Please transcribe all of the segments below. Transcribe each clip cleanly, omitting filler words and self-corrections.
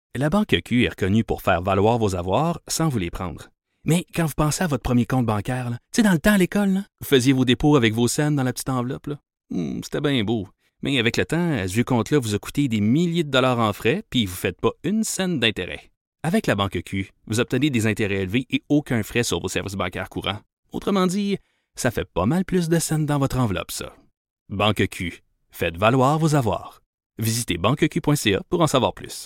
La Banque Q est reconnue pour faire valoir vos avoirs sans vous les prendre. Mais quand vous pensez à votre premier compte bancaire, tu sais, dans le temps à l'école, là, vous faisiez vos dépôts avec vos scènes dans la petite enveloppe. Là. C'était bien beau. Mais avec le temps, ce vieux compte-là vous a coûté des milliers de dollars en frais, puis vous ne faites pas une scène d'intérêt. Avec la Banque Q, vous obtenez des intérêts élevés et aucun frais sur vos services bancaires courants. Autrement dit, ça fait pas mal plus de scènes dans votre enveloppe, ça. Banque Q. Faites valoir vos avoirs. Visitez banqueq.ca pour en savoir plus.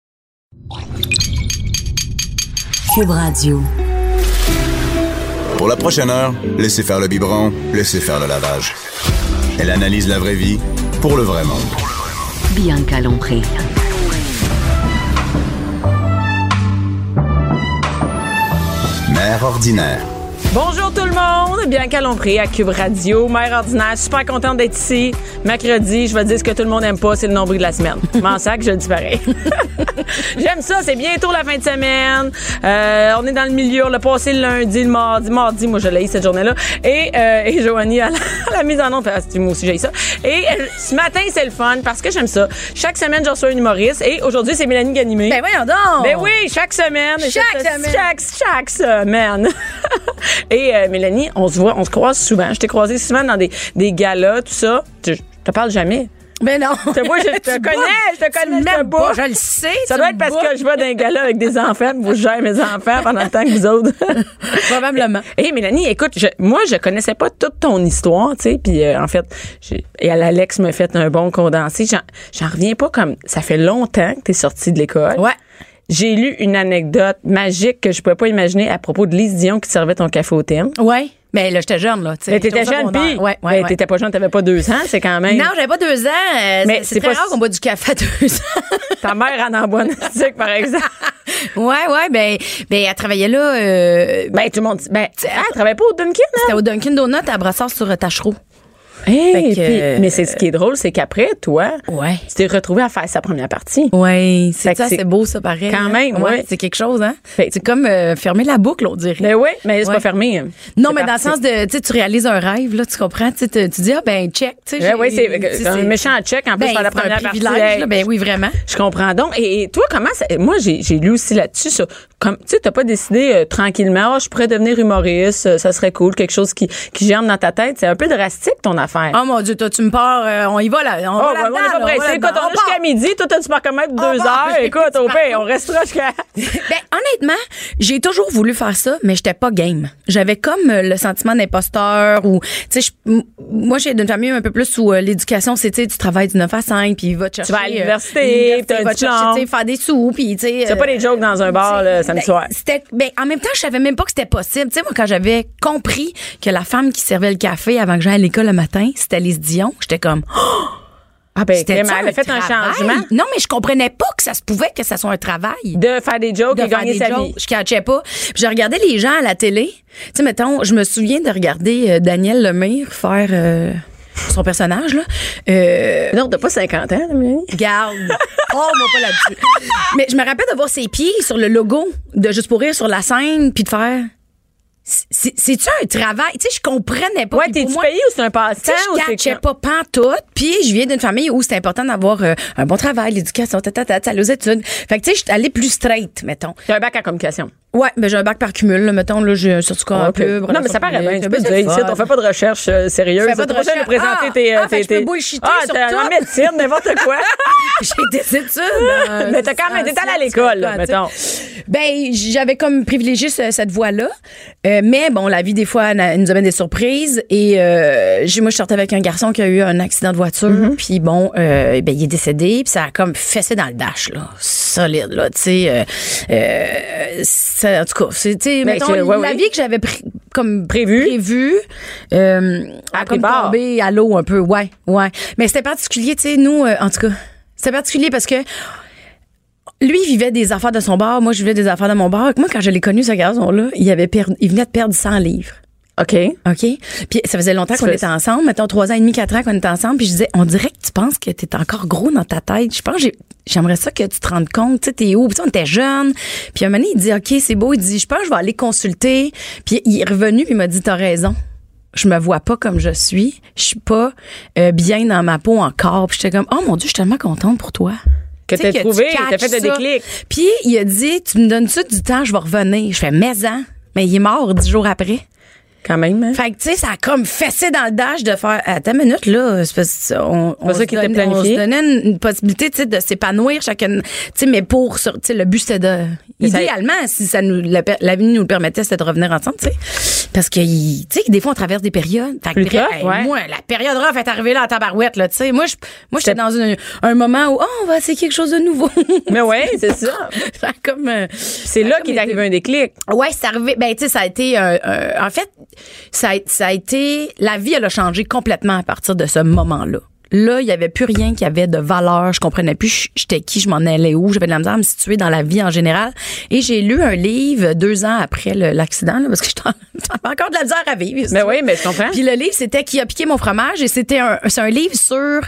Cube Radio. Pour la prochaine heure, laissez faire le biberon, laissez faire le lavage. Elle analyse la vraie vie pour le vrai monde. Bianca Lompré. Mère ordinaire. Bonjour tout le monde, Bianca Lompré à Cube Radio, mère ordinaire, super contente d'être ici. Mercredi, je vais dire ce que tout le monde aime pas, c'est le nombril de la semaine. M'en sac, je le dis pareil. J'aime ça, c'est bientôt la fin de semaine. On est dans le milieu, on l'a passé le lundi, le mardi, moi je l'ai cette journée-là. Et Joanie à la mise en onde, moi aussi j'ai ça. Et ce matin, c'est le fun parce que j'aime ça. Chaque semaine, je reçois un humoriste et aujourd'hui, c'est Mélanie Ganimé. Ben voyons donc! Ben oui, chaque semaine. Chaque semaine. Et Mélanie, on se croise souvent. Je t'ai croisée souvent dans des galas, tout ça. Je te parle jamais. Ben non. Moi, je te connais, même pas, je le sais. Ça doit être parce que je vais dans un gala avec des enfants, puis vous gérez mes enfants pendant le temps que vous autres. Probablement. Hey, Mélanie, écoute, moi, je connaissais pas toute ton histoire, tu sais, puis en fait, Alex m'a fait un bon condensé. J'en reviens pas comme, ça fait longtemps que t'es sortie de l'école. Ouais. J'ai lu une anecdote magique que je pouvais pas imaginer à propos de Lise Dion qui te servait ton café au thym. Ouais. Mais là, j'étais jeune, là. Mais t'étais jeune, puis ouais. T'étais pas jeune, t'avais pas 2 ans, c'est quand même. Non, j'avais pas 2 ans. Mais c'est très rare qu'on boit du café à 2 ans. Ta mère en boit une par exemple. Ouais, ben, elle travaillait là. Tout le monde. Elle travaillait pas au Dunkin', hein? C'était au Dunkin' Donut à Brassard sur Tachereau. Mais c'est ce qui est drôle, c'est qu'après, toi, tu t'es retrouvé à faire sa première partie. Oui, c'est beau, ça, pareil. Quand même, ouais. C'est quelque chose, hein? C'est comme fermer la boucle, on dirait. Mais oui, mais c'est pas fermé. Non, mais dans le sens de, tu réalises un rêve, là, tu comprends? Tu dis, check, tu sais. Oui, c'est un méchant check, en plus, faire la première partie. Là, ben oui, vraiment. Je comprends donc. Et toi, comment ça, moi, j'ai lu aussi là-dessus, ça, comme, tu sais, t'as pas décidé tranquillement, je pourrais devenir humoriste, ça serait cool, quelque chose qui germe dans ta tête. C'est un peu drastique, ton affaire. Oh mon Dieu, toi, tu me pars, on y va là. On n'est pas pressé. Écoute, on est jusqu'à midi. Toi, tu pars quand même 2 heures. Écoute, au pire, on restera jusqu'à. Honnêtement, j'ai toujours voulu faire ça, mais j'étais pas game. J'avais comme le sentiment d'imposteur ou, tu sais, moi, j'ai d'une famille un peu plus où l'éducation, c'est, tu sais, tu travailles du 9 à 5, puis va te chercher. Tu vas à l'université, tu vas te chercher, faire des sous, puis, tu sais. C'est pas des jokes dans un bar, le samedi soir. En même temps, je savais même pas que c'était possible. Tu sais, moi, quand j'avais compris que la femme qui servait le café avant que j'aille à l'école le matin, c'était Lise Dion, j'étais comme, elle a fait un changement. Non, mais je comprenais pas que ça se pouvait que ça soit un travail. De faire des jokes et gagner sa vie. Je catchais pas. Puis je regardais les gens à la télé. Tu sais, mettons, je me souviens de regarder Daniel Lemire faire son personnage, là. Non, t'as pas 50 ans, Mélanie? Garde. Oh, moi pas là-dessus. Mais je me rappelle de voir ses pieds sur le logo de Juste pour rire sur la scène, puis de faire... C'est-tu un travail? Tu sais, je comprenais pas. Ouais, t'es-tu payé ou c'est un passe-temps? Je catchais pas pantoute. Puis je viens d'une famille où c'est important d'avoir un bon travail, l'éducation, aller aux études. Fait que tu sais, je suis allée plus straight, mettons. T'as un bac en communication. Ouais, mais j'ai un bac par cumul, là, mettons, là, j'ai un certificat en pub. Non, mais ça paraît bien. Tu peux dire ici, on fait pas de recherche sérieuse. Tu fais pas de recherche. Présenter je peux bullshiter sur t'es en médecine, n'importe quoi. J'ai des études. Mais t'as quand même été allée à l'école, là, mettons. Ben, j'avais comme privilégié cette voie-là. Mais bon, la vie, des fois, nous amène des surprises. Et moi, je sortais avec un garçon qui a eu un accident de voiture. Puis bon, il est décédé. Puis ça a comme fessé dans le dash, là. Solide, là, tu sais. En tout cas, c'est, mettons, la vie que j'avais prévue a comme tombé à l'eau un peu. Ouais. Mais c'était particulier, tu sais, nous, en tout cas, c'était particulier parce que lui, il vivait des affaires de son bar. Moi, je vivais des affaires de mon bar. Moi, quand je l'ai connu, ce garçon-là, il venait de perdre 100 livres. OK. Puis ça faisait longtemps qu'on était ensemble. Mettons 3 ans et demi, 4 ans qu'on était ensemble. Puis je disais, on dirait que tu penses que t'es encore gros dans ta tête. Je pense j'aimerais ça que tu te rendes compte. Tu sais, t'es où? Puis on était jeunes. Puis un moment donné, il dit, OK, c'est beau. Il dit, je pense que je vais aller consulter. Puis il est revenu puis il m'a dit, t'as raison. Je me vois pas comme je suis. Je suis pas bien dans ma peau encore. Puis j'étais comme, oh mon Dieu, je suis tellement contente pour toi. Que Tu sais, t'as tu trouvé, t'as catches fait le ça. déclic. Puis il a dit, tu me donnes-tu du temps, je vais revenir. Je fais, mais il est mort 10 jours après. Quand même, hein? Fait que, tu sais, ça a comme fessé dans le dash de faire, attends une minute, là, c'est parce qu'on Pas ça qui était planifié. on se donnait une possibilité, tu sais, de s'épanouir chacune, tu sais, mais tu sais, le but, c'était de, Mais ça- idéalement, si ça nous, la vie nous le permettait, c'était de revenir ensemble, tu sais. Parce que, tu sais, des fois, on traverse des périodes. Fait que, Plus tough, ouais. moi, la période rough est arrivée là en tabarouette, là, tu sais. Moi, j'étais dans un moment où, on va essayer quelque chose de nouveau. Mais ouais, c'est ça. Ça a comme, C'est là qu'il est arrivé un déclic. ouais, c'est arrivé. Ben, tu sais, ça a été en fait, ça a été, la vie, elle a changé complètement à partir de ce moment-là. Là, il y avait plus rien qui avait de valeur. Je comprenais plus j'étais qui, je m'en allais où. J'avais de la misère à me situer dans la vie en général. Et j'ai lu un livre 2 ans après l'accident, là, parce que j'avais encore de la misère à vivre. Mais oui, mais je comprends. Puis le livre, c'était Qui a piqué mon fromage, et c'est un livre sur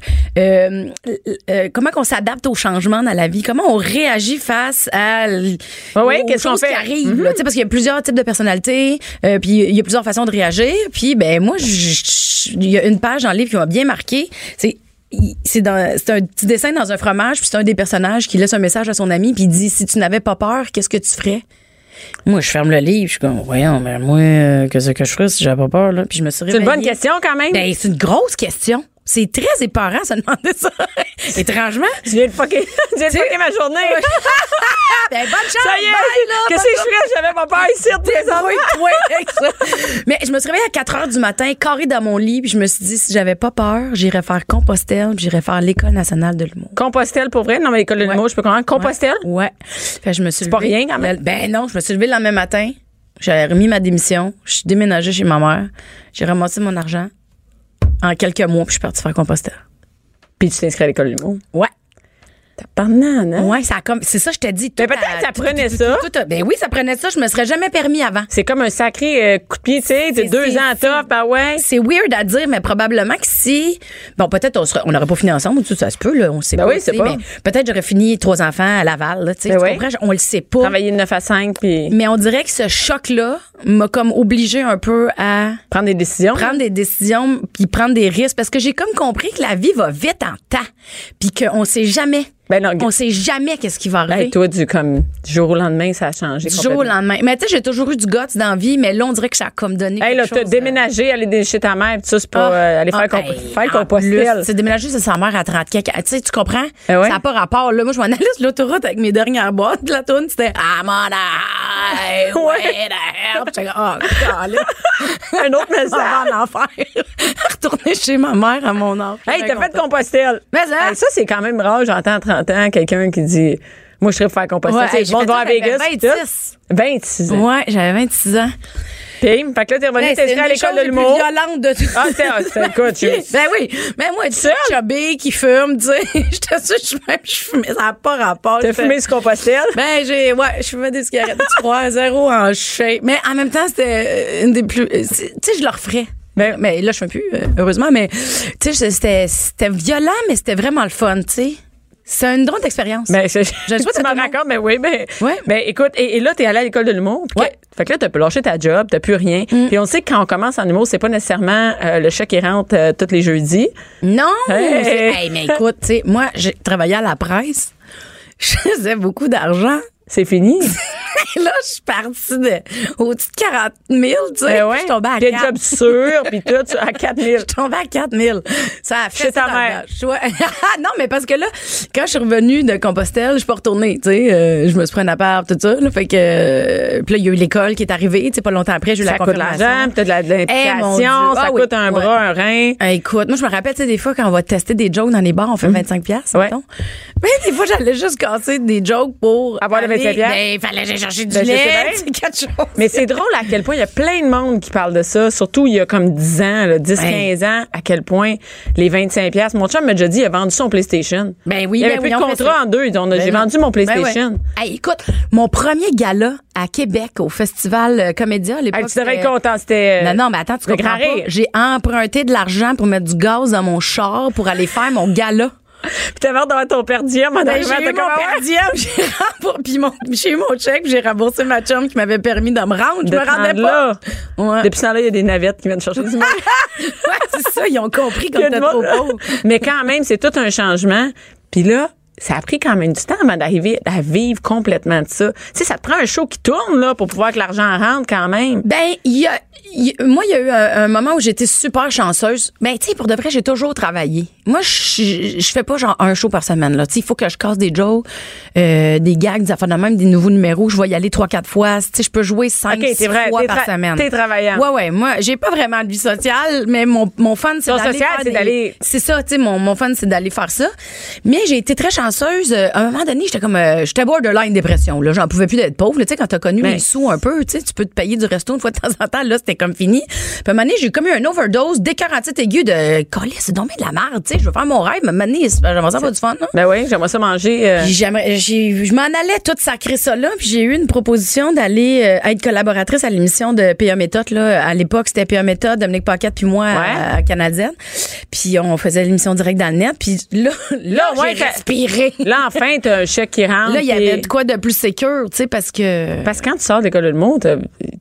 comment qu'on s'adapte aux changements dans la vie, comment on réagit face à aux qu'est-ce qu'on choses fait? qui arrivent. Là, tu sais, parce qu'il y a plusieurs types de personnalités, puis il y a plusieurs façons de réagir. Puis ben moi, il y a une page dans le livre qui m'a bien marqué. C'est un petit dessin dans un fromage, puis c'est un des personnages qui laisse un message à son ami, puis il dit, si tu n'avais pas peur, qu'est-ce que tu ferais? Moi, je ferme le livre, je suis comme, voyons, mais moi, qu'est-ce que je ferais si j'avais pas peur, là? Puis je me suis C'est une réveillée. bonne question quand même. Ben, c'est une grosse question. C'est très épeurant de se demander ça. Étrangement. Tu viens de fucker ma journée. Ben, bonne chance. Ça y est, bye, là, qu'est-ce que je ferais? J'avais pas peur ici de présenter. Oui, avec ça. Mais je me suis réveillée à 4h du matin, carrée dans mon lit, puis je me suis dit, si j'avais pas peur, j'irais faire Compostelle, puis j'irais faire l'École nationale de l'humour. Compostelle, pour vrai? Non, mais l'école de l'humour, je peux comprendre. Compostelle? Ouais. Fait que je me suis C'est pas levée. rien, quand même. Ben non, je me suis levée le lendemain matin, j'avais remis ma démission, je suis déménagée chez ma mère, j'ai ramassé mon argent en quelques mois, puis je suis partie faire Compostelle. Puis tu t'inscris à l'école de l'humour. Ouais. T'as pas de nan, hein? Ouais, ça a comme, c'est ça, je te dis. Mais peut-être que ça prenait ça. Ben oui, ça prenait ça. Je me serais jamais permis avant. C'est comme un sacré coup de pied, tu sais, de 2 ans top, ah ouais. C'est weird à dire, mais probablement que si, bon, peut-être on n'aurait pas fini ensemble, tout ça se peut, là, on sait Ben pas. oui, c'est tu sais, pas. Mais peut-être j'aurais fini 3 enfants à Laval, là, tu sais, Ben tu oui. comprends? On le sait pas. Travailler de 9 à 5, puis Mais on dirait que ce choc-là m'a comme obligé un peu à prendre des décisions. prendre des décisions puis prendre des risques, parce que j'ai comme compris que la vie va vite en temps, puis qu'on sait jamais. Ben non, On sait jamais qu'est-ce qui va arriver. hey, toi, du jour au lendemain, ça a changé. Du jour au complètement. lendemain. Mais tu sais, j'ai toujours eu du guts dans la vie, mais là, on dirait que ça a comme donné Hey, là, quelque t'as chose. déménagé, aller chez ta mère, pis ça, c'est pas aller faire le Compostelle. C'est déménager chez sa mère à 30 quelques. Tu sais, tu comprends? Ah ouais? Ça n'a pas rapport. Là, moi, je m'en allais sur l'autoroute avec mes dernières boîtes. La toune, c'était I'm on a highway to hell. J'étais comme, oh, God, Un autre ça message. va en enfer. Retourner chez ma mère à mon âge. Hey, t'as fait Compostelle. Mais ça. Hey, ça, c'est quand même rare. J'entends à 30 ans quelqu'un qui dit, moi, je serais pour faire Compostelle. Ouais, Tu sais, j'ai le monde fait va ça, à Vegas. j'avais pis tout. 26. 26 ans. Ouais, j'avais 26 ans. Puis, fait que là, t'es revenu, Hey, t'inscris à l'école de l'humour. C'est violente de tout. Ah, c'était écoute, Ben oui, mais moi, tu sais, chubby qui fume, tu sais, j'étais sûre, je fumais, ça n'a pas rapport. T'as fumé ce Compostelle? Ben, je fumais des cigarettes, tu crois, zéro en shape. Mais en même temps, c'était une des plus, tu sais, je le referais. Ben, Mais là, je fume plus, heureusement, mais, tu sais, c'était violent, mais c'était vraiment le fun, tu sais. C'est une drôle d'expérience. Ben, souhaite tu à m'en tout le monde. racontes, mais oui, mais, Ouais. ben, écoute, et là, t'es allé à l'école de l'humour. puis Ouais. Fait que là, t'as pu lâcher ta job, t'as plus rien. Puis on sait que quand on commence en humour, c'est pas nécessairement le chèque qui rentre tous les jeudis. Non! Hey. Hey, mais écoute, tu sais, moi, j'ai travaillé à la presse. Je faisais beaucoup d'argent. C'est fini. Là, je suis partie au-dessus de 40 000, tu sais. Ben ouais. Puis je tombais à Puis 4 job sûr, puis tout, à 4 000. Je tombais à 4 000. Ça a fait Chez ta mère. Non, mais parce que là, quand je suis revenue de Compostelle, je suis pas retournée, tu sais. Je me suis pris un appart, tout ça. Là, fait que, puis là, il y a eu l'école qui est arrivée, tu sais, pas longtemps après, j'ai eu Ça la coûte de confirmation. l'argent, puis t'as de Eh, mon l'implication, Dieu. ça Ah oui. coûte un bras, un rein. Écoute, moi, je me rappelle, tu sais, des fois, quand on va tester des jokes dans les bars, on fait 25 piastres, Ouais. mettons. Mais des fois, j'allais juste casser des jokes pour Avoir le aller- 25 piastres. Ben, il fallait que j'aille chercher du Ben, je sais lait, bien. c'est quelque chose. Mais c'est drôle à quel point il y a plein de monde qui parle de ça, surtout il y a comme 10 ans, là, 10-15 ans, à quel point les 25 piastres. Mon chum m'a déjà dit, il a vendu son PlayStation. Ben oui, il y avait ben plus oui, de on fait contrat ça. en deux. J'ai vendu mon PlayStation. Ben ouais. Hey, écoute, mon premier gala à Québec au festival Comédia à l'époque. Hey, tu devrais être c'était- content, c'était... Non, mais attends, tu le comprends grand pas. rire. J'ai emprunté de l'argent pour mettre du gaz dans mon char pour aller faire mon gala. Puis t'avais hâte d'avoir ton père diem en Ben, arrivant, j'ai eu t'as mon comme, per diem, j'ai eu mon chèque, puis j'ai remboursé ma chum qui m'avait permis de me rendre. Je de me te rendais rendre pas. là. Ouais. Depuis ce temps-là, il y a des navettes qui viennent chercher du monde. Ouais, c'est ça, ils ont compris Il y a comme du t'es trop monde. pauvre. Mais quand même, c'est tout un changement. Puis là, ça a pris quand même du temps avant d'arriver à vivre complètement de ça. Tu sais, ça te prend un show qui tourne, là, pour pouvoir que l'argent rentre quand même. Ben, moi, il y a eu un moment où j'étais super chanceuse. Ben, tu sais, pour de vrai, j'ai toujours travaillé. Moi, je fais pas genre un show par semaine, là. Tu sais, il faut que je casse des jokes, des gags, des affaires de même, des nouveaux numéros. Je vais y aller 3-4 fois. Tu sais, je peux jouer 5-6 fois par semaine. T'es travaillant. Ouais. Moi, j'ai pas vraiment de vie sociale, mais mon fun, c'est d'aller c'est ça, tu sais, mon fun, c'est d'aller faire ça. Mais j'ai été très chanceuse. À un moment donné, j'étais borderline dépression, là. J'en pouvais plus d'être pauvre, tu sais, quand t'as connu les sous un peu, tu sais, tu peux te payer du resto une fois de temps en temps, là, c'était comme fini. Puis à un moment donné, j'ai comme eu une overdose d'écarantite aiguë de collier, c'est donc bien de la merde, tu sais, je veux faire mon rêve, mais à un moment donné, j'aimerais ça avoir du fun, là. Ben oui, j'aimerais ça manger. Je m'en allais toute sacrer ça là, puis j'ai eu une proposition d'aller être collaboratrice à l'émission de PA Méthode, là. À l'époque, c'était PA Méthode, Dominique Paquette puis moi à Canadienne. Puis on faisait l'émission direct dans le net, puis là j'ai respiré. Là, enfin, t'as un chèque qui rentre. Là, il y avait de quoi de plus sécure, tu sais, parce que quand tu sors de l'école de l'humour, t'es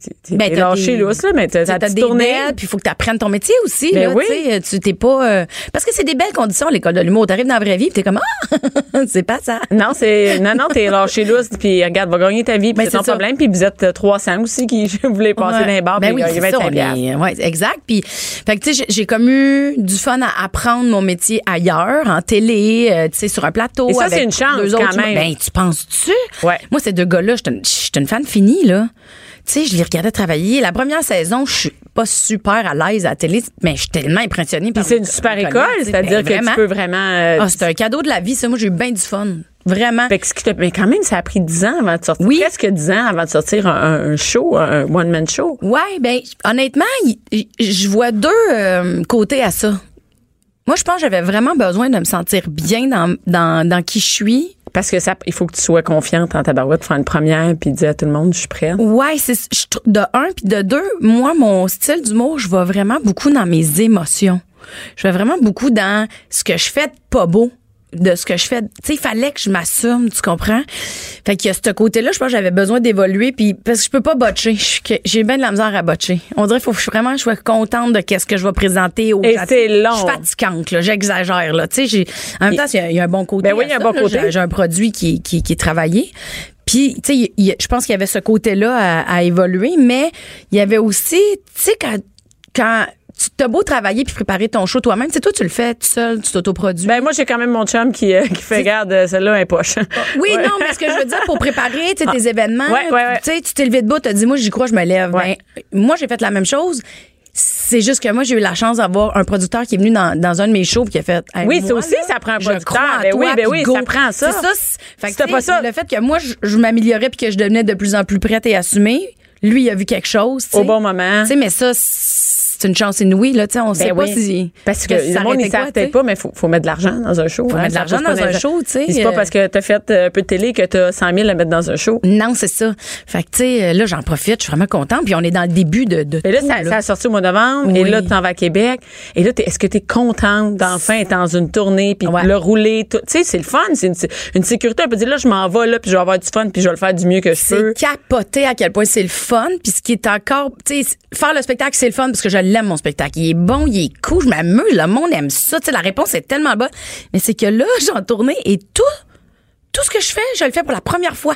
lâché lousse, là, mais t'as des dettes, puis il faut que tu apprennes ton métier aussi, ben là, oui. tu sais, tu t'es pas parce que c'est des belles conditions à l'école de l'humour. T'arrives dans la vraie vie, puis t'es comme c'est pas ça. Non, t'es lâché lousse, puis regarde, va gagner ta vie, puis c'est ton problème, puis vous êtes 300 aussi qui voulaient passer dans les bars, puis il y avait 25$. Ouais, exact. Puis fait que tu sais, j'ai comme eu du fun à apprendre mon métier ailleurs, en télé, tu sais, sur un plateau. Et ça, avec c'est une chance deux autres quand même. Ben, tu penses-tu? Ouais. Moi, ces deux gars-là, j'étais une fan finie, là. Tu sais, je les regardais travailler. La première saison, je suis pas super à l'aise à la télé, mais je suis tellement impressionnée. Puis c'est une super école, c'est-à-dire que tu peux vraiment... c'est un cadeau de la vie, ça. Moi, j'ai eu bien du fun. Vraiment. Mais quand même, ça a pris 10 ans avant de sortir. Oui. Presque 10 ans avant de sortir un show, un one-man show. Ouais, ben honnêtement, je vois deux côtés à ça. Moi, je pense que j'avais vraiment besoin de me sentir bien dans qui je suis. Parce que il faut que tu sois confiante en ta barouette pour faire une première puis dire à tout le monde, je suis prête. Ouais, de un, puis de deux, moi, mon style d'humour, je vais vraiment beaucoup dans mes émotions. Je vais vraiment beaucoup dans ce que je fais de pas beau. De ce que je fais, tu sais, il fallait que je m'assume, tu comprends? Fait qu'il y a ce côté-là, je pense que j'avais besoin d'évoluer, puis parce que je peux pas botcher, j'ai bien de la misère à botcher. On dirait qu'il faut que je sois contente de qu'est-ce que je vais présenter aux gens. Et c'est long. Je suis fatigante, là, j'exagère, là, tu sais, en même temps, il y a un bon côté. Ben oui, il y a un bon côté. J'ai un produit qui est travaillé. Puis, tu sais, je pense qu'il y avait ce côté-là à évoluer, mais il y avait aussi, tu sais, quand tu t'as beau travailler puis préparer ton show toi-même, c'est toi tu le fais tout seul, tu t'autoproduis. Ben moi j'ai quand même mon chum qui fait garde celle-là un poche. Oui, non, mais ce que je veux dire pour préparer tes événements, tu sais, tu t'es levé debout, t'as dit moi j'y crois, je me lève. Ben, moi j'ai fait la même chose. C'est juste que moi, j'ai eu la chance d'avoir un producteur qui est venu dans un de mes shows et qui a fait. Hey, oui, moi, ça aussi, ça prend un producteur. Ben oui, go. ça prend ça. C'est ça. Fait que, pas ça. Le fait que moi, je m'améliorais puis que je devenais de plus en plus prête et assumée, lui, il a vu quelque chose. T'sais. Au bon moment. Tu sais, mais ça, c'est une chance inouïe, là. Tu sais, on sait pas si. Parce que le monde, ils savent peut-être pas, mais faut mettre de l'argent dans un show. Faut mettre de l'argent dans un show, tu sais. C'est pas parce que t'as fait un peu de télé que t'as 100 000 à mettre dans un show. Non, c'est ça. Fait que, tu sais, là, j'en profite. Je suis vraiment contente. Puis on est dans le début de et là, ça a sorti au mois de novembre. Oui. Et là, tu t'en vas à Québec. Et là, est-ce que t'es contente d'enfin être dans une tournée puis de le rouler? Tu sais, c'est le fun. C'est une sécurité. On peut dire, là, je m'en vais, là, puis je vais avoir du fun, puis je vais le faire du mieux que je peux. C'est capoté à quel point c'est le fun. Puis ce qui est encore, tu sais, faire le spectacle, c'est le fun parce que je l'aime, mon spectacle. Il est bon, il est cool, je m'amuse, le monde aime ça. Tu sais, la réponse est tellement bonne. Mais c'est que là, j'ai en tournée et tout ce que je fais, je le fais pour la première fois.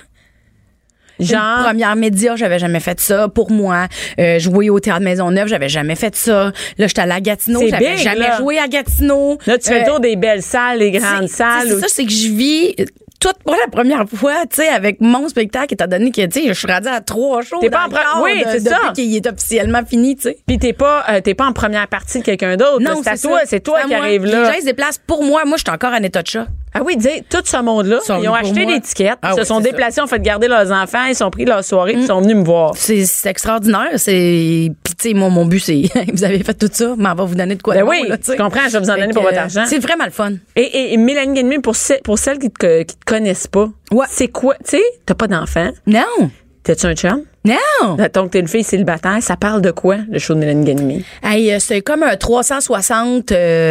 Genre, une première média, j'avais jamais fait ça pour moi. Jouer au Théâtre Maisonneuve, j'avais jamais fait ça. Là, j'étais allée à Gatineau, j'avais jamais joué à Gatineau. Là, tu fais le tour des belles salles, les grandes salles. C'est ça, c'est que je vis tout pour la première fois, tu sais, avec mon spectacle, étant donné que, tu sais, je suis rendue à 3 shows. T'es pas c'est ça. Depuis qu'il est officiellement fini, tu sais. Puis t'es pas en première partie de quelqu'un d'autre. Non, c'est toi qui arrive là. Les gens se déplacent pour moi. Moi, je suis encore en état de choc. Ah oui, tout ce monde-là, ils ont acheté des tickets, ils se sont déplacés, ont fait garder leurs enfants, ils sont pris leur soirée, ils sont venus me voir. C'est extraordinaire. Puis tu sais, mon but, c'est vous avez fait tout ça, mais on va vous donner de quoi. Ben oui, tu comprends, je vais vous en donner pour votre argent. C'est vraiment le fun. Et Mélanie Ganimé, pour celles qui te connaissent pas, c'est quoi, tu sais, t'as pas d'enfant. Non. T'as-tu un chum? Non! Donc, t'es une fille célibataire. Ça parle de quoi, le show de Mélanie Ganimé? Hey, c'est comme un 360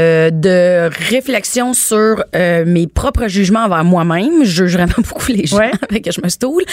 de réflexion sur mes propres jugements envers moi-même. Je juge vraiment beaucoup les gens avec que je me stoule.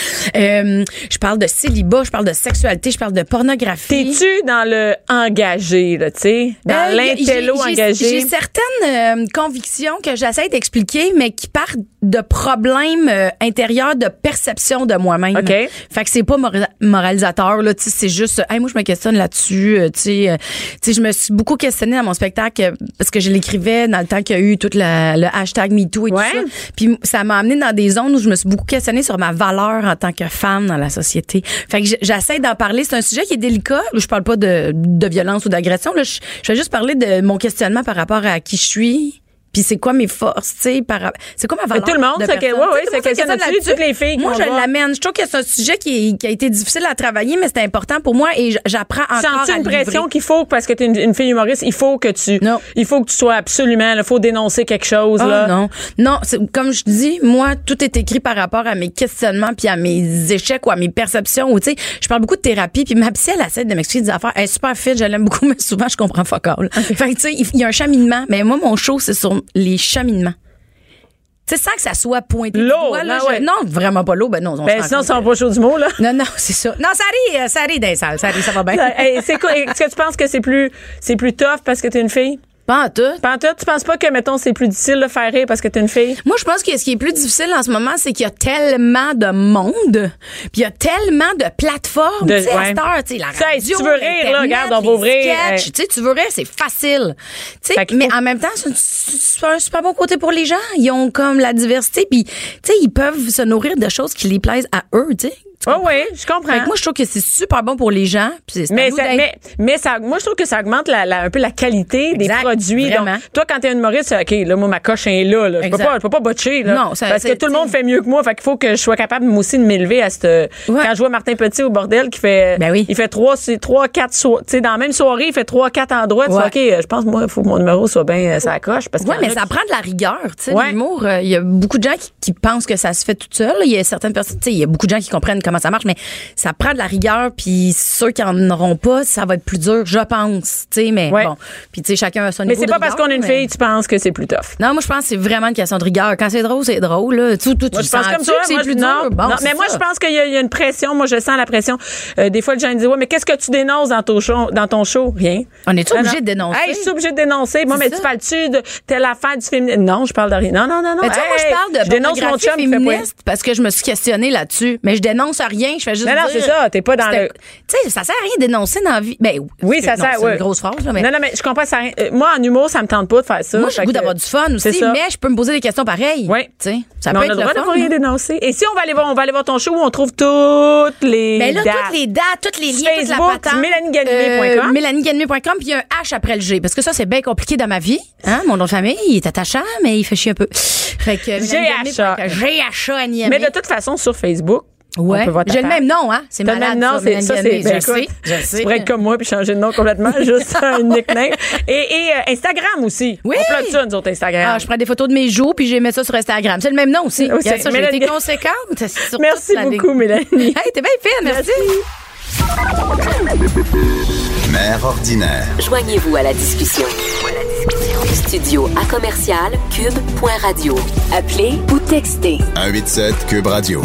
Je parle de célibat, je parle de sexualité, je parle de pornographie. T'es-tu dans le engagé, là, tu sais? Dans l'intello engagé? J'ai certaines convictions que j'essaie d'expliquer, mais qui partent de problèmes intérieurs de perception de moi-même. OK. Fait que c'est pas moralisateur, là, tu sais, c'est juste, hey, moi, je me questionne là-dessus, tu sais, je me suis beaucoup questionnée dans mon spectacle parce que je l'écrivais dans le temps qu'il y a eu tout le hashtag MeToo et tout ça. Puis ça m'a amené dans des zones où je me suis beaucoup questionnée sur ma valeur en tant que femme dans la société. Fait que j'essaie d'en parler. C'est un sujet qui est délicat. Je parle pas de violence ou d'agression, là. Je vais juste parler de mon questionnement par rapport à qui je suis. Puis c'est quoi mes forces, tu sais, c'est quoi ma valeur? Tout le monde, c'est questionne là-dessus, toutes les filles. Moi, je l'amène. Je trouve que c'est un sujet qui a été difficile à travailler, mais c'est important pour moi et j'apprends encore Sens-tu une pression qu'il faut, parce que t'es une fille humoriste, il faut que tu sois absolument, il faut dénoncer quelque chose, là. Non, comme je dis, moi, tout est écrit par rapport à mes questionnements puis à mes échecs ou à mes perceptions. Tu sais, je parle beaucoup de thérapie puis ma psy, elle essaie de m'expliquer des affaires. Elle est super fit, je l'aime beaucoup, mais souvent, je comprends fuck all. Fait que, tu sais, il y a un cheminement. Mais moi, mon show, c'est sur les cheminements. Tu sais, sans que ça soit pointé du doigt, là, non, vraiment pas l'eau. Ben non, sinon, c'est pas chaud du mot, là. Non, c'est ça. Non, ça arrive dans les salles. Ça va bien. C'est quoi? Est-ce que tu penses que c'est plus tough parce que t'es une fille? Pas en tout. Tu penses pas que, mettons, c'est plus difficile de faire rire parce que t'es une fille? Moi, je pense que ce qui est plus difficile en ce moment, c'est qu'il y a tellement de monde, puis il y a tellement de plateformes. Tu sais, à cette heure, tu sais, la radio, si tu veux rire, là, regarde, on va ouvrir. Tu sais, tu veux rire, c'est facile. Tu sais, mais en même temps, c'est un super bon côté pour les gens. Ils ont comme la diversité, puis tu sais, ils peuvent se nourrir de choses qui les plaisent à eux, tu sais. Oui, je comprends. Fait que moi, je trouve que c'est super bon pour les gens. Mais moi, je trouve que ça augmente un peu la qualité des produits. Vraiment. Donc, toi, quand t'es un humoriste, OK, là, moi, ma coche est là. Je peux pas botcher, là. Non, parce que tout le monde fait mieux que moi. Fait qu'il faut que je sois capable, moi aussi, de m'élever à cette. Quand je vois Martin Petit au bordel, qui fait. Il fait 3-4 soirées. Tu sais, dans la même soirée, il fait 3-4 endroits. Tu fais, OK, je pense, moi, il faut que mon numéro soit bien ça coche. Oui, mais ça prend de la rigueur, tu sais, l'humour. Il y a beaucoup de gens qui pensent que ça se fait tout seul. Il y a certaines personnes, tu sais, il y a beaucoup de gens qui comprennent comment ça marche, mais ça prend de la rigueur, puis ceux qui en auront pas, ça va être plus dur, je pense, tu sais, mais bon, puis tu sais, chacun a son niveau de rigueur. Mais c'est pas parce qu'on est une fille, tu penses que c'est plus tough. Non, moi je pense que c'est vraiment une question de rigueur. Quand c'est drôle, c'est drôle, là. Tu moi, je pense comme toi, c'est plus dur. Bon, mais moi je pense qu'il y a une pression, moi je sens la pression. Des fois les gens me disent mais qu'est-ce que tu dénonces dans ton show? Rien. On est obligé de dénoncer. Je suis obligée de dénoncer. Moi, mais tu parles-tu de telle affaire du féminisme? Non, je parle de rien. Non. Mais tu sais, moi je parle de pornographie féministe parce que je me suis questionnée là-dessus, mais je dénonce rien, je fais juste non, c'est ça, t'es pas dans le. Tu sais, ça sert à rien de dénoncer dans la vie. Ben oui, ça sert. C'est une grosse phrase, là, mais. Non, mais je comprends ça. Moi, en humour, ça me tente pas de faire ça. Moi, j'ai le goût d'avoir du fun aussi, mais je peux me poser des questions pareilles. Oui. Tu sais, ça peut être le droit de rien dénoncer. Et si on va aller voir ton show où on trouve toutes les dates. Toutes les dates, toutes les liens, Facebook, toute la patente. MélanieGanimé.com. MélanieGanimé.com, puis il y a un H après le G. Parce que ça, c'est bien compliqué dans ma vie. Hein? Mon nom de famille, il est attachant, mais il fait chier un peu. Fait que GHA animé. Mais de toute façon, sur Facebook, ouais, j'ai le même nom, hein. C'est malade. Le même nom, c'est ça, c'est. Je sais. Tu pourrais être comme moi puis changer de nom complètement, juste un nickname. Et Instagram aussi. Oui. On plug ça, nous autres, Instagram. Je prends des photos de mes joues puis je mets ça sur Instagram. C'est le même nom aussi. Ça, j'ai été conséquente. Merci beaucoup, Mélanie. Hey, t'es bien fine, merci. Mère ordinaire. Joignez-vous à la discussion. Studio à commercial cube.radio. Appelez ou textez. 187 Cube Radio.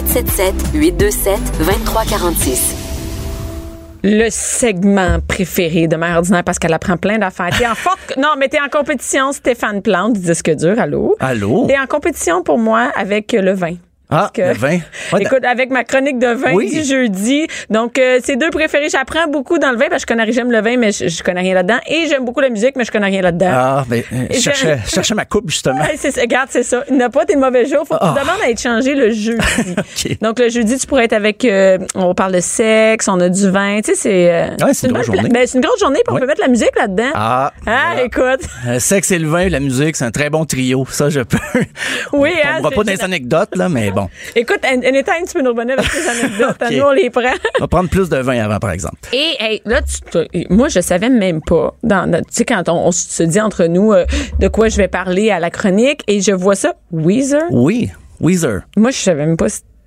1877-827-2346. Le segment préféré de Mère ordinaire parce qu'elle apprend plein d'affaires. T'es en compétition, Stéphane Plante du Disque dur. Allô? T'es en compétition pour moi avec le vin. Le vin. Écoute, avec ma chronique de vin du jeudi. Donc, c'est deux préférés. J'apprends beaucoup dans le vin parce que j'aime le vin, mais je connais rien là-dedans. Et j'aime beaucoup la musique, mais je connais rien là-dedans. Je cherchais ma coupe, justement. Regarde, c'est ça. Il n'a pas tes mauvais jours. Faut que tu demandes à être changé le jeudi. Okay. Donc, le jeudi, tu pourrais être avec, on parle de sexe, on a du vin. Tu sais, c'est une grosse journée. C'est une grosse journée, puis on peut mettre la musique là-dedans. Voilà. Écoute. Sexe et le vin, la musique, c'est un très bon trio. Ça, je peux. Oui, on va pas dans les anecdotes, là, mais bon. Écoute, anytime, tu peux nous revenir avec tes anecdotes. Okay. Nous, on les prend. On va prendre plus de vin avant, par exemple. Et là, moi, je savais même pas, tu sais, quand on se dit entre nous de quoi je vais parler à la chronique, et je vois ça, Weezer. Oui, Weezer. Moi, je savais même pas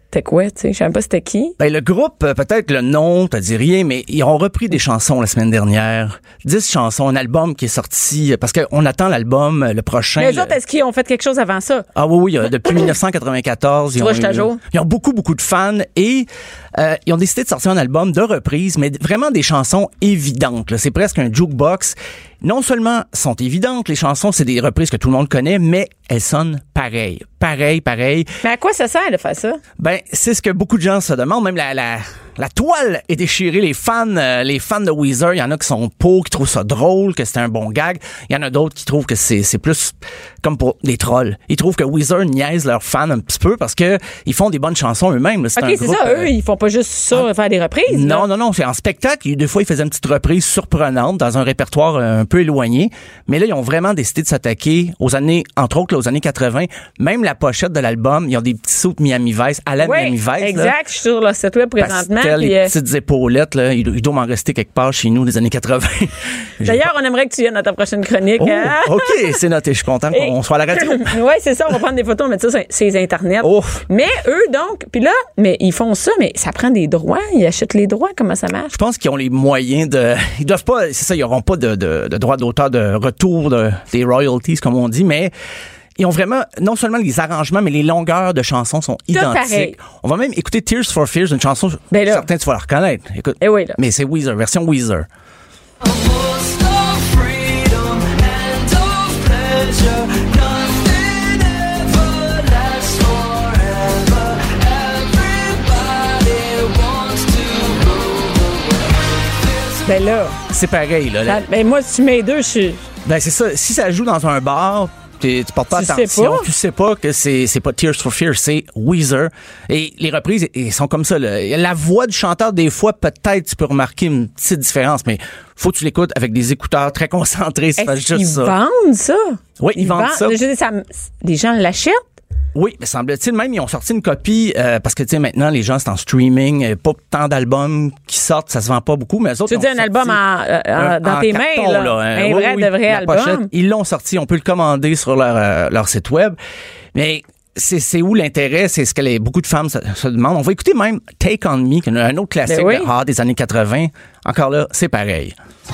c'était quoi, tu sais? Je savais pas c'était qui. Ben, le groupe, peut-être le nom, t'as dit rien, mais ils ont repris des chansons la semaine dernière. 10 chansons, un album qui est sorti, parce qu'on attend l'album, le prochain. Mais les autres, est-ce qu'ils ont fait quelque chose avant ça? Ah oui, depuis 1994. Tu vois, je t'ajoute. Ils ont beaucoup de fans et ils ont décidé de sortir un album de reprises, mais vraiment des chansons évidentes, là. C'est presque un jukebox. Non seulement sont évidentes, les chansons, c'est des reprises que tout le monde connaît, mais elles sonnent pareil. Mais à quoi ça sert de faire ça? Ben, c'est ce que beaucoup de gens se demandent. Même la toile est déchirée. Les fans de Weezer, il y en a qui sont pour, qui trouvent ça drôle, que c'est un bon gag. Il y en a d'autres qui trouvent que c'est plus comme pour les trolls. Ils trouvent que Weezer niaise leurs fans un petit peu parce que ils font des bonnes chansons eux-mêmes. Là. C'est ça. Eux, ils font pas juste ça, faire des reprises. Non. C'est en spectacle. Des fois, ils faisaient une petite reprise surprenante dans un répertoire un peu éloigné. Mais là, ils ont vraiment décidé de s'attaquer aux années, entre autres, là, aux années 80. Même la pochette de l'album, ils ont des petits sauts de Miami Vice à la Miami Vice. Exact. Là. Je suis sur le site web présentement. Les petites épaulettes, là, il doit m'en rester quelque part chez nous des années 80. D'ailleurs, on aimerait que tu viennes à ta prochaine chronique. Oh, OK, c'est noté. Je suis content qu'on soit à la radio. Oui, c'est ça. On va prendre des photos, on va mettre ça sur les Internet. Mais eux, donc, puis là, mais ils font ça, mais ça prend des droits. Ils achètent les droits. Comment ça marche? Je pense qu'ils ont les moyens de... Ils doivent pas... C'est ça, ils n'auront pas de droits d'auteur, de retour des royalties, comme on dit, mais... Ils ont vraiment, non seulement les arrangements, mais les longueurs de chansons sont identiques. Pareil. On va même écouter Tears for Fears, une chanson, certains tu vas la reconnaître. Écoute, oui, là. Mais c'est Weezer, version Weezer. Ben là. C'est pareil, là. Ben moi, si tu mets deux, je suis... Ben c'est ça. Si ça joue dans un bar... Tu portes pas attention, tu sais pas que c'est pas Tears for Fears, c'est Weezer. Et les reprises, ils sont comme ça. Là. La voix du chanteur, des fois, peut-être tu peux remarquer une petite différence, mais faut que tu l'écoutes avec des écouteurs très concentrés. Est-ce qu'ils vendent ça? Oui, ils vendent ça. Je veux dire, les gens l'achètent? Oui, mais semble-t-il même, ils ont sorti une copie parce que, tu sais, maintenant, les gens, c'est en streaming, pas tant d'albums qui sortent, ça se vend pas beaucoup, mais eux autres... Tu dis un album dans tes mains, là? Un vrai, de vrai album? Pochette, ils l'ont sorti, on peut le commander sur leur site web, mais... C'est où l'intérêt? C'est ce que beaucoup de femmes se demandent. On va écouter même Take On Me, qui est un autre classique des années 80. Encore là, c'est pareil.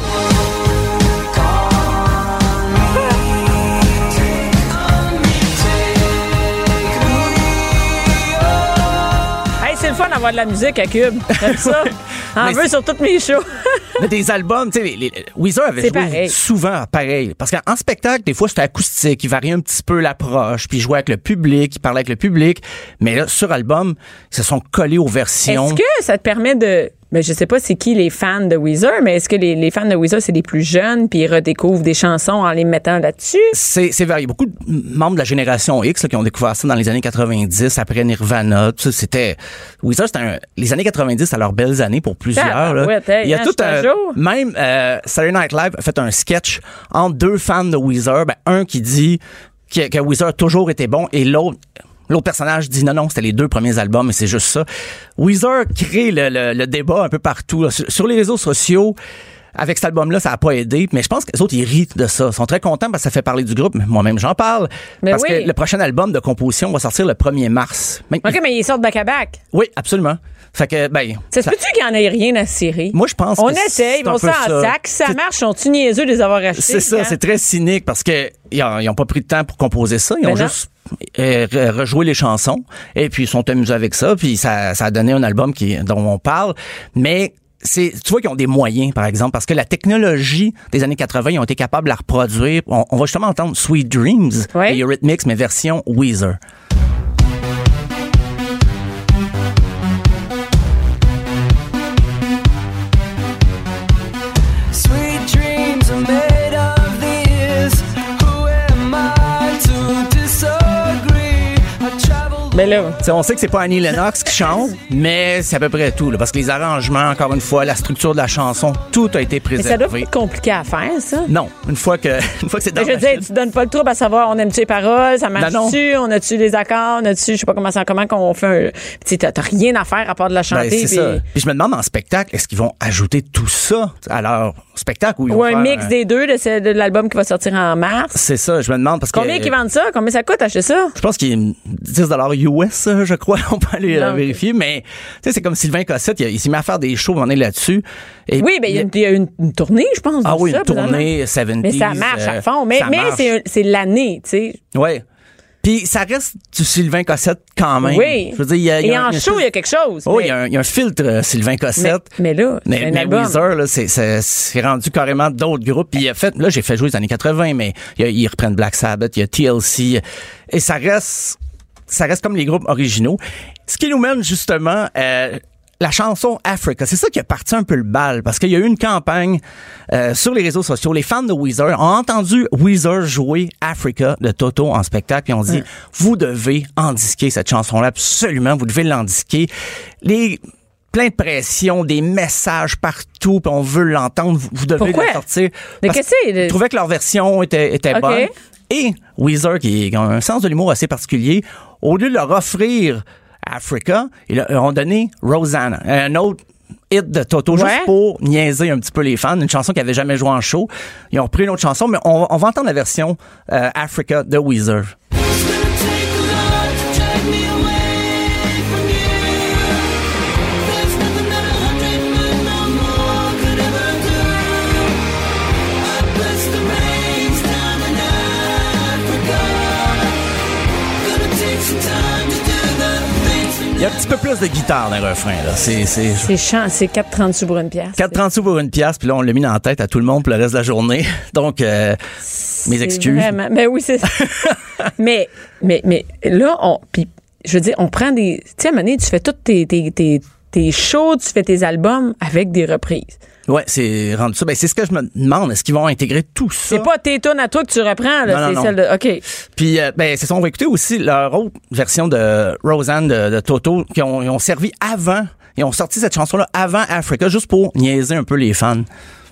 C'est le fun d'avoir de la musique à Cube. J'aime ça. En veux sur toutes mes shows. Mais des albums, tu sais, Weezer avait joué souvent pareil. Parce qu'en spectacle, des fois, c'était acoustique. Il variait un petit peu l'approche. Puis il jouait avec le public, il parlait avec le public. Mais là, sur album, ils se sont collés aux versions. Est-ce que ça te permet de... Ben, je sais pas c'est qui les fans de Weezer, mais est-ce que les fans de Weezer, c'est les plus jeunes puis ils redécouvrent des chansons en les mettant là-dessus? C'est varié. Beaucoup de membres de la génération X là, qui ont découvert ça dans les années 90, après Nirvana. Tout ça, c'était... Weezer, les années 90, c'était leurs belles années pour plusieurs. Là. Il y a tout un... Même Saturday Night Live a fait un sketch entre deux fans de Weezer. Ben, un qui dit que Weezer a toujours été bon et l'autre personnage dit non, c'était les deux premiers albums et c'est juste ça. Weezer crée le débat un peu partout. Là. Sur les réseaux sociaux, avec cet album-là, ça n'a pas aidé. Mais je pense que les autres, ils rient de ça. Ils sont très contents parce que ça fait parler du groupe. Mais moi-même, j'en parle. Parce que le prochain album de composition va sortir le 1er mars. OK, mais ils sortent back-à-back. Oui, absolument. Fait que, ça se peut-tu qu'il n'y en ait rien à cirer? Moi, je pense on essaye, on s'en sac. Si ça marche, sont-tu niaiseux de les avoir achetés? C'est ça, c'est très cynique parce que ils ont pas pris de temps pour composer ça. Ils ont juste rejoué les chansons et puis ils sont amusés avec ça. Puis ça a donné un album dont on parle. Mais tu vois qu'ils ont des moyens, par exemple, parce que la technologie des années 80, ils ont été capables de la reproduire. On va justement entendre Sweet Dreams et Eurythmics, mais version Weezer. Mais là, on sait que c'est pas Annie Lennox qui chante, mais c'est à peu près tout. Là, parce que les arrangements, encore une fois, la structure de la chanson, tout a été préservé. Mais ça doit être compliqué à faire, ça? Non. Une fois que c'est dans je veux dire, tu donnes pas le trouble à savoir on aime-tu les paroles, ça marche-tu, on a-tu les accords, on a-tu, je sais pas comment qu'on fait un... Tu sais, t'as rien à faire à part de la chanter. C'est ça. Puis je me demande en spectacle, est-ce qu'ils vont ajouter tout ça à leur spectacle? Ou un mix des deux de l'album qui va sortir en mars? C'est ça, je me demande parce Combien qu'ils vendent ça? Combien ça coûte acheter ça? Je pense qu'il est $10 US, je crois. On peut aller vérifier. Mais, tu sais, c'est comme Sylvain Cossette, il s'est mis à faire des shows, on est là-dessus. Et oui, ben, il y a une tournée, je pense. Ah oui, ça, une tournée 70s. Mais ça marche à fond. Mais c'est l'année, tu sais. Oui. Puis ça reste du Sylvain Cossette quand même. Oui. Je veux dire, et en show, il y a quelque chose. Oui, il y a un filtre Sylvain Cossette. Mais là, mais Weezer, là, c'est rendu carrément d'autres groupes. Puis là, j'ai fait jouer les années 80, mais ils reprennent Black Sabbath, il y a TLC. Et ça reste comme les groupes originaux. Ce qui nous mène justement la chanson Africa. C'est ça qui a parti un peu le bal, parce qu'il y a eu une campagne sur les réseaux sociaux. Les fans de Weezer ont entendu Weezer jouer Africa de Toto en spectacle, puis ont dit, vous devez endisquer cette chanson-là, absolument, vous devez l'endisquer. Plein de pression, des messages partout, puis on veut l'entendre, vous devez la sortir. Mais qu'est-ce que c'est? Ils trouvaient que leur version était bonne. Et Weezer, qui a un sens de l'humour assez particulier, au lieu de leur offrir Africa, ils ont donné Rosanna, un autre hit de Toto, juste pour niaiser un petit peu les fans, une chanson qu'ils n'avaient jamais joué en show. Ils ont repris une autre chanson, mais on va entendre la version Africa de Weezer. Il y a un petit peu plus de guitare dans le refrain, là. C'est 4,30 sous pour une pièce. 4,30 sous pour une pièce, puis là, on l'a mis dans la tête à tout le monde pour le reste de la journée. Donc, mes excuses. Vraiment. Ben oui, c'est ça. mais là, puis je veux dire, on prend des... Tu sais, à un moment donné, tu fais tous tes shows, tu fais tes albums avec des reprises. Ouais, c'est rendu ça. Ben, c'est ce que je me demande. Est-ce qu'ils vont intégrer tout ça? C'est pas tes tunes à toi que tu reprends, là. Non. Celle de. OK. Puis, ben, c'est ça. On va écouter aussi leur autre version de Rosanne de Toto, qui ont servi avant. Ils ont sorti cette chanson-là avant Africa, juste pour niaiser un peu les fans.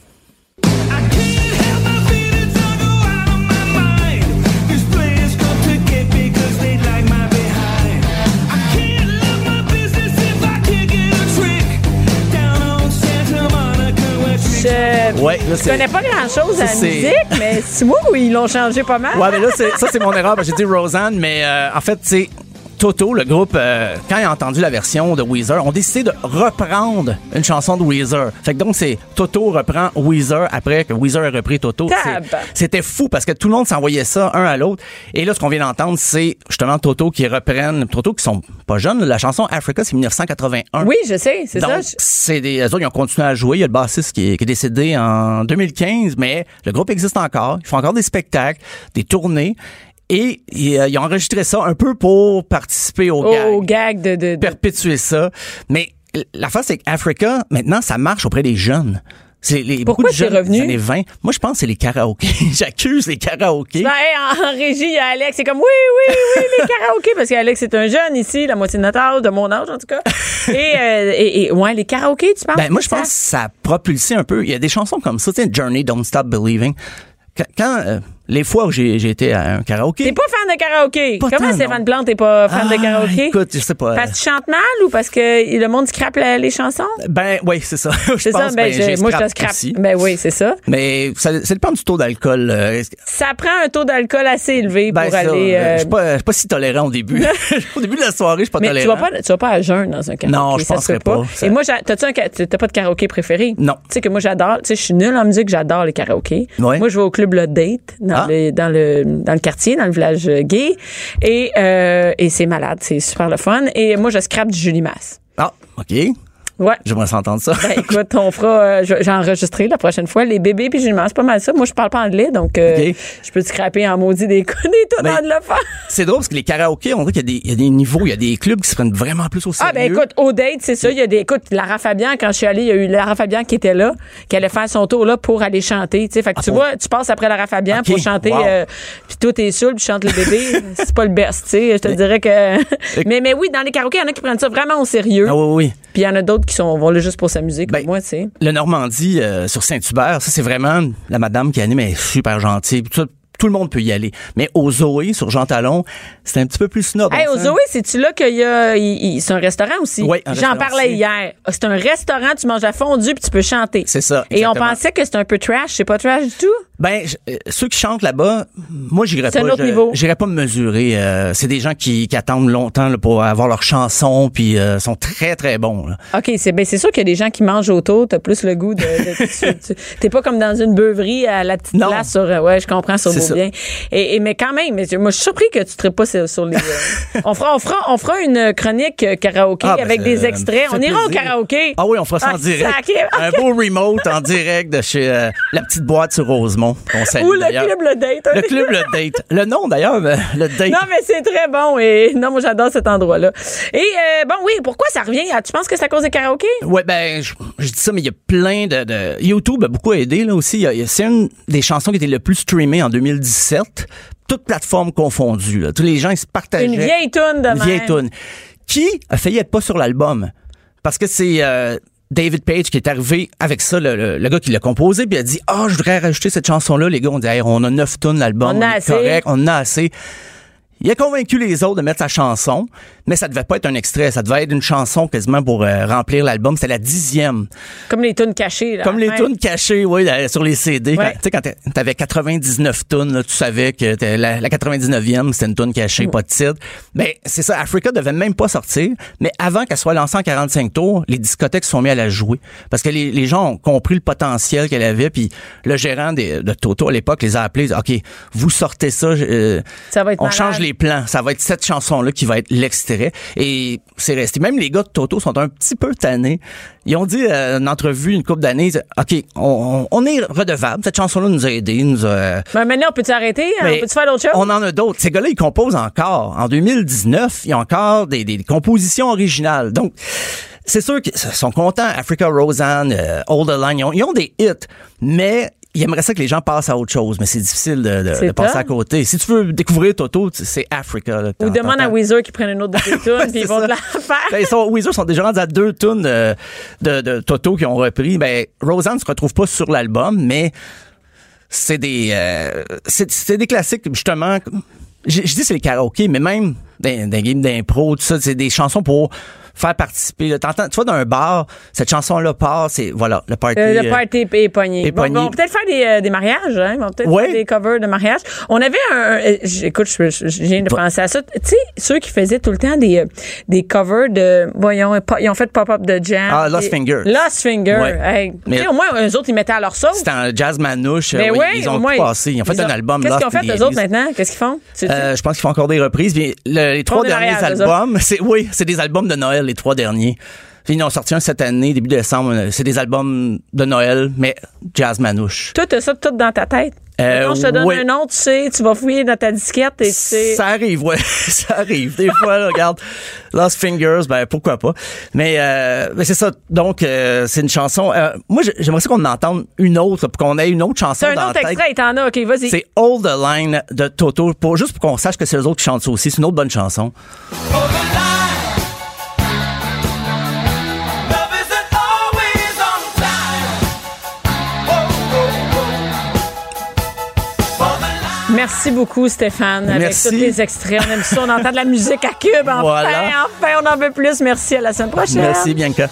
Je connais pas grand-chose à la musique, mais c'est moi où ils l'ont changé pas mal. Ouais, mais là, ça, c'est mon erreur. J'ai dit Rosanne, mais en fait, c'est Toto, le groupe, quand ils ont entendu la version de Weezer, ont décidé de reprendre une chanson de Weezer. Fait que donc, c'est Toto reprend Weezer après que Weezer a repris Toto. C'était fou parce que tout le monde s'envoyait ça un à l'autre. Et là, ce qu'on vient d'entendre, c'est justement Toto qui reprennent, Toto qui sont pas jeunes. La chanson Africa, c'est 1981. Oui, je sais, c'est ça. Donc, eux autres, ils ont continué à jouer. Il y a le bassiste qui est décédé en 2015, mais le groupe existe encore. Ils font encore des spectacles, des tournées. Et ils ont enregistré ça un peu pour participer au gag de perpétuer ça. Mais la face, c'est qu'Africa, maintenant, ça marche auprès des jeunes. Beaucoup de jeunes des années 20. Moi, je pense que c'est les karaokés. J'accuse les karaokés. Ben, en régie, il y a Alex. C'est comme oui, les karaokés. Parce qu'Alex est un jeune ici, la moitié de notre âge, de mon âge en tout cas. Et ouais, les karaokés, tu penses? Ben, moi, je pense que ça a propulsé un peu. Il y a des chansons comme ça, tu sais, Journey, Don't Stop Believing. Quand les fois où j'ai été à un karaoké. T'es pas fan de karaoké? Comment Stéphane Plante t'es pas fan de karaoké? Écoute, je sais pas. Parce que tu chantes mal ou parce que le monde scrape les chansons? Ben oui, c'est ça. Moi je te scrape. Aussi. Ben oui, c'est ça. Mais ça dépend du taux d'alcool. Ça prend un taux d'alcool assez élevé pour aller. Je suis pas si tolérant au début. Au début de la soirée, je suis pas tolérant. Tu vas pas à jeun dans un karaoké. Non, je penserais pas. Et moi, t'as pas de karaoké préféré? Non. Tu sais que moi j'adore. Tu sais, je suis nulle en musique, j'adore les karaokés. Ouais. Moi, je vais au club Le Date dans le quartier, dans le village gay. Et c'est malade, c'est super le fun. Et moi, je scrape du Julie Masse. Ah, OK. Ouais. J'aimerais s'entendre ça. Ben, écoute, on fera, j'ai enregistré la prochaine fois les bébés puis Julie Masse, c'est pas mal ça. Moi, je parle pas anglais, donc je peux te scraper en maudit des tonnes de le faire. C'est drôle parce que les karaokés, on dirait qu'il y a des niveaux, il y a des clubs qui se prennent vraiment plus au sérieux. Ah, ben écoute, au Date, c'est ça. Il y a écoute, Lara Fabian, quand je suis allée, il y a eu Lara Fabian qui était là, qui allait faire son tour là pour aller chanter. Tu sais, fait que tu vois, tu passes après Lara Fabian pour chanter, puis toi t'es saoul, puis chante le bébé. C'est pas le best, tu sais. Je te dirais que. mais oui, dans les karaokés, il y en a qui prennent ça vraiment au sérieux. Ah oui. Puis il y en a d'autres qui vont là juste pour sa musique, comme moi, tu sais. Le Normandie sur Saint-Hubert, ça c'est vraiment la madame qui anime, elle est super gentille. Tout tout le monde peut y aller. Mais au Zoé, sur Jean Talon, c'est un petit peu plus snob. Hey, au Zoé, c'est-tu là qu'il y a... c'est un restaurant aussi? Oui, un J'en restaurant parlais aussi. hier. C'est un restaurant, tu manges à fondue puis tu peux chanter. C'est ça, Et on exactement. pensait que c'était un peu trash. C'est pas trash du tout? Ben, ceux qui chantent là-bas, moi, j'irais C'est pas. un autre niveau. J'irais pas me mesurer. C'est des gens qui attendent longtemps là, pour avoir leur chanson, puis sont très, très bons. Là. OK, c'est sûr qu'il y a des gens qui mangent autour, t'as plus le goût de t'es pas comme dans une beuverie à la petite Non. place sur ouais, je comprends sur C'est ça. Beaubien. Et mais quand même, moi je suis surpris que tu ne pas sur les on fera une chronique karaoké Ah, ben, avec des extraits. ça On fait ira au plaisir. karaoké. Ah oui, on fera ça en direct. sacré. Un beau remote en direct de chez la petite boîte sur Rosemont. qu'on salue, Ou le d'ailleurs. club Le Date. Le club Le Date. Le nom d'ailleurs, le Date. Non, mais c'est très bon. Et non, moi, j'adore cet endroit-là. Et bon, oui, pourquoi ça revient? Tu penses que c'est à cause des karaokés? Ouais, ben, je dis ça, mais il y a plein de... YouTube a beaucoup aidé, là, aussi. C'est une des chansons qui était le plus streamée en 2017. Toutes plateformes confondues, là. Tous les gens, ils se partageaient. Une vieille toune de Une même. vieille toune. Qui a failli être pas sur l'album? Parce que c'est... David Page qui est arrivé avec ça, le gars qui l'a composé, puis il a dit « Ah, je voudrais rajouter cette chanson-là. » Les gars ont dit hey, « On a 9 tonnes l'album. On a est assez. correct, on en a assez. » Il a convaincu les autres de mettre sa chanson, mais ça devait pas être un extrait. Ça devait être une chanson quasiment pour remplir l'album. C'était la 10e. Comme les tunes cachées, là. Comme les Ouais. tunes cachées, oui, sur les CD. Ouais. Tu sais, quand t'avais 99 tunes, là, tu savais que la 99e, c'était une tune cachée, pas de titre. Ben, c'est ça. Africa devait même pas sortir. Mais avant qu'elle soit lancée en 45 tours, les discothèques se sont mis à la jouer. Parce que les gens ont compris le potentiel qu'elle avait. Puis le gérant de Toto, à l'époque, les a appelés. Ils ont dit, OK, vous sortez ça. Ça va être on malade. change les plans. Ça va être cette chanson-là qui va être l'extrait. Et c'est resté. Même les gars de Toto sont un petit peu tannés. Ils ont dit, une entrevue, une couple d'années, ils disaient, OK, on est redevable. Cette chanson-là nous a aidés. Mais maintenant, on peut-tu arrêter? Mais On peut-tu faire d'autres choses? on en a d'autres. Ces gars-là, ils composent encore. En 2019, ils ont encore des compositions originales. Donc, c'est sûr qu'ils sont contents. Africa Roseanne, Hold the Line, ils ont des hits. Mais ils aimeraient ça que les gens passent à autre chose. Mais c'est difficile de passer à côté. Si tu veux découvrir Toto, c'est Africa. Là, Ou demande à Weezer qu'ils prennent une autre de tes tunes, puis ils vont te la faire. Ben, Weezer sont déjà rendus à 2 tunes de Toto qui ont repris. Ben, Roseanne se retrouve pas sur l'album, mais c'est des classiques, justement. Je dis c'est les karaokés, mais même d'un game d'impro, tout ça, c'est des chansons pour faire participer. Là. T'entends, tu vois, dans un bar, cette chanson-là part, c'est, voilà, le party. Le party est pogné. est Bon, pogné. ils vont peut-être faire des mariages, hein? Ils vont peut-être Ouais. faire des covers de mariage. On avait écoute, je viens de penser à ça. Tu sais, ceux qui faisaient tout le temps des covers de, voyons, ils ont fait Pop-Up de Jam. Ah, Lost Fingers. Lost Fingers. Ouais. Hey, Mais- tu sais, au moins, eux autres, ils mettaient à leur sauce. C'était un jazz manouche. Mais oui, ouais, ils ont au moins, tout passé. Ils ont fait un album. Qu'est-ce Lost qu'ils ont fait, in the eux autres, 80s. maintenant? Qu'est-ce qu'ils font? Je pense qu'ils font encore des reprises. Puis les 3 des derniers mariages, eux albums, c'est des albums de Noël, les 3 derniers. Puis ils en ont sorti un cette année, début décembre. C'est des albums de Noël, mais jazz manouche. Toi, t'as ça tout dans ta tête. Mettons, je te donne oui. un nom, tu sais, tu vas fouiller dans ta disquette et tu sais. Ça arrive, ouais. Ça arrive. Des fois, là, regarde, Lost Fingers, ben pourquoi pas. Mais c'est ça. Donc, c'est une chanson. Moi, j'aimerais ça qu'on en entende une autre, pour qu'on ait une autre chanson C'est dans un la autre tête. extrait, t'en as. OK, vas-y. C'est Hold the Line de Toto, juste pour qu'on sache que c'est eux autres qui chantent ça aussi. C'est une autre bonne chanson. Merci beaucoup, Stéphane, avec Merci. tous les extraits. On aime ça, on entend de la musique à Cube. Enfin, Voilà. enfin, on en veut plus. Merci, à la semaine prochaine. Merci, Bianca.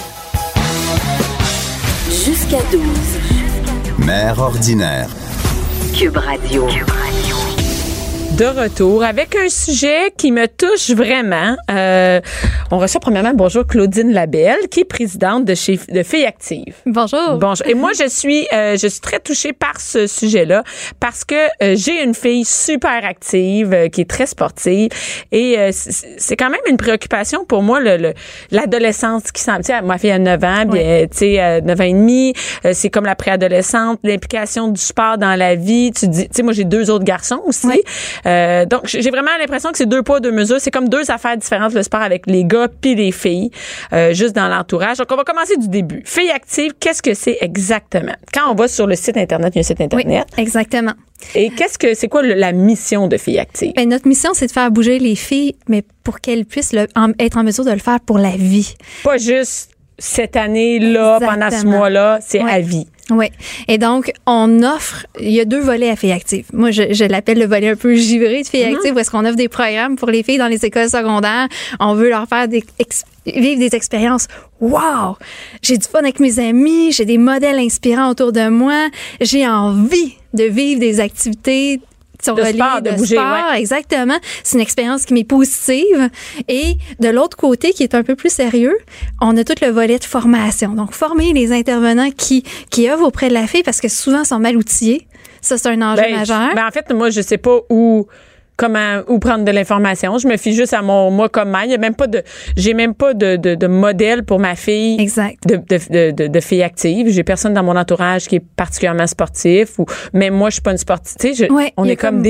Jusqu'à 12. Mère ordinaire. Cube Radio. De retour avec un sujet qui me touche vraiment. On reçoit premièrement, bonjour, Claudine Labelle, qui est présidente de Filles Actives. Bonjour. Bonjour. Et moi, je suis très touchée par ce sujet-là parce que j'ai une fille super active qui est très sportive et c'est quand même une préoccupation pour moi l'adolescence qui semble. Tu sais, ma fille a 9 ans, bien, tu sais, 9 ans et demi, c'est comme la préadolescente, l'implication du sport dans la vie. Tu dis, tu sais, moi j'ai 2 autres garçons aussi. Oui. Donc j'ai vraiment l'impression que c'est 2 poids 2 mesures. C'est comme 2 affaires différentes, le sport avec les gars puis les filles, juste dans l'entourage. Donc on va commencer du début. Filles actives, qu'est-ce que c'est exactement? Quand on va sur le site Internet, il y a un site Internet. Oui, exactement. Et c'est quoi la mission de Filles actives? Ben, notre mission, c'est de faire bouger les filles, mais pour qu'elles puissent être en mesure de le faire pour la vie. Pas juste cette année-là, pendant ce Exactement. mois-là, c'est Ouais. à vie. Oui. Et donc, on offre, il y a 2 volets à Filles actives. Moi, je l'appelle le volet un peu givré de Filles actives, où est-ce qu'on offre des programmes pour les filles dans les écoles secondaires. On veut leur faire vivre des expériences. Wow! J'ai du fun avec mes amis, j'ai des modèles inspirants autour de moi, j'ai envie de vivre des activités qui sont reliées de bouger, sport, ouais. exactement. C'est une expérience qui m'est positive. Et de l'autre côté, qui est un peu plus sérieux, on a tout le volet de formation. Donc, former les intervenants qui œuvrent auprès de la fille, parce que souvent, ils sont mal outillés. Ça, c'est un enjeu majeur. En fait, moi, je sais pas où prendre de l'information. Je me fie juste à moi comme mère. J'ai même pas de modèle pour ma fille. Exact. De fille active. J'ai personne dans mon entourage qui est particulièrement sportif mais moi, je suis pas une sportive. Tu sais, on est comme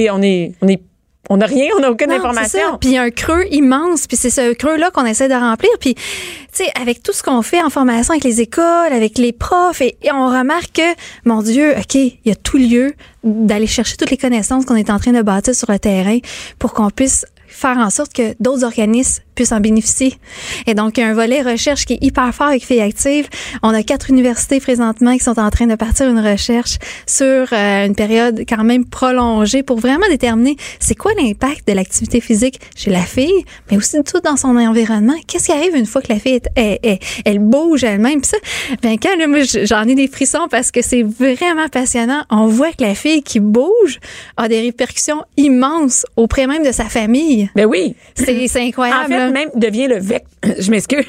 on n'a rien, on n'a aucune information. Puis il y a un creux immense, puis c'est ce creux-là qu'on essaie de remplir. Puis, tu sais, avec tout ce qu'on fait en formation avec les écoles, avec les profs, et on remarque que, mon Dieu, OK, il y a tout lieu d'aller chercher toutes les connaissances qu'on est en train de bâtir sur le terrain pour qu'on puisse faire en sorte que d'autres organismes puissent en bénéficier. Et donc, il y a un volet recherche qui est hyper fort avec Filles actives. On a 4 universités présentement qui sont en train de partir une recherche sur une période quand même prolongée pour vraiment déterminer c'est quoi l'impact de l'activité physique chez la fille, mais aussi tout dans son environnement. Qu'est-ce qui arrive une fois que la fille elle bouge elle-même? Puis ça, quand là, moi, j'en ai des frissons parce que c'est vraiment passionnant. On voit que la fille qui bouge a des répercussions immenses auprès même de sa famille. Ben oui. C'est incroyable. En fait, même devient le je m'excuse.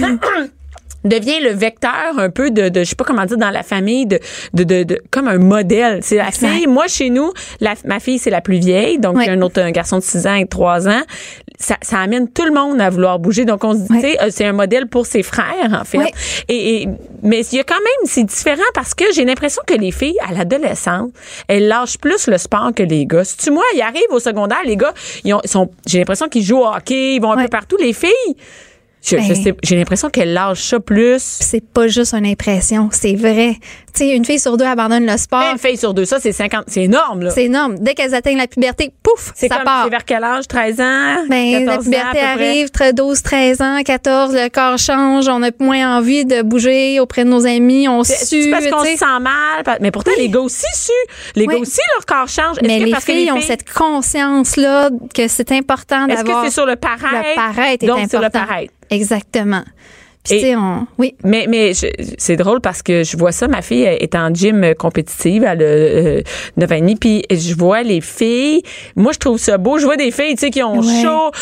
devient le vecteur un peu de je sais pas comment dire dans la famille de comme un modèle. C'est la fille. Moi chez nous, ma fille c'est la plus vieille, donc il y a un garçon de 6 ans et 3 ans. Ça amène tout le monde à vouloir bouger. Donc on se dit tu sais c'est un modèle pour ses frères en fait. Mais il y a quand même c'est différent parce que j'ai l'impression que les filles à l'adolescence, elles lâchent plus le sport que les gars. Si moi ils arrivent au secondaire, les gars j'ai l'impression qu'ils jouent au hockey, ils vont un peu partout. Les filles j'ai l'impression qu'elle lâche ça plus. C'est pas juste une impression, c'est vrai. Tu sais, une fille sur 2 abandonne le sport. Une fille sur 2, ça, c'est 50. C'est énorme, là. C'est énorme. Dès qu'elles atteignent la puberté, pouf, ça part. C'est vers quel âge? 13 ans? Ben, 14 la puberté ans, arrive, 12, 13 ans, 14, le corps change, on a moins envie de bouger auprès de nos amis, on sue. C'est parce qu'on se sent mal. Mais pourtant, les gars aussi suent. Les gars aussi, leur corps change. Mais les filles ont cette conscience-là que c'est important d'avoir. Est-ce que c'est sur le paraître? Le paraître est important. Donc, sur le paraître. Exactement. Puis, tu sais, oui. Mais c'est drôle parce que je vois ça. Ma fille est en gym compétitive. Elle a 9 ans et demi. Puis, je vois les filles. Moi, je trouve ça beau. Je vois des filles, tu sais, qui ont chaud.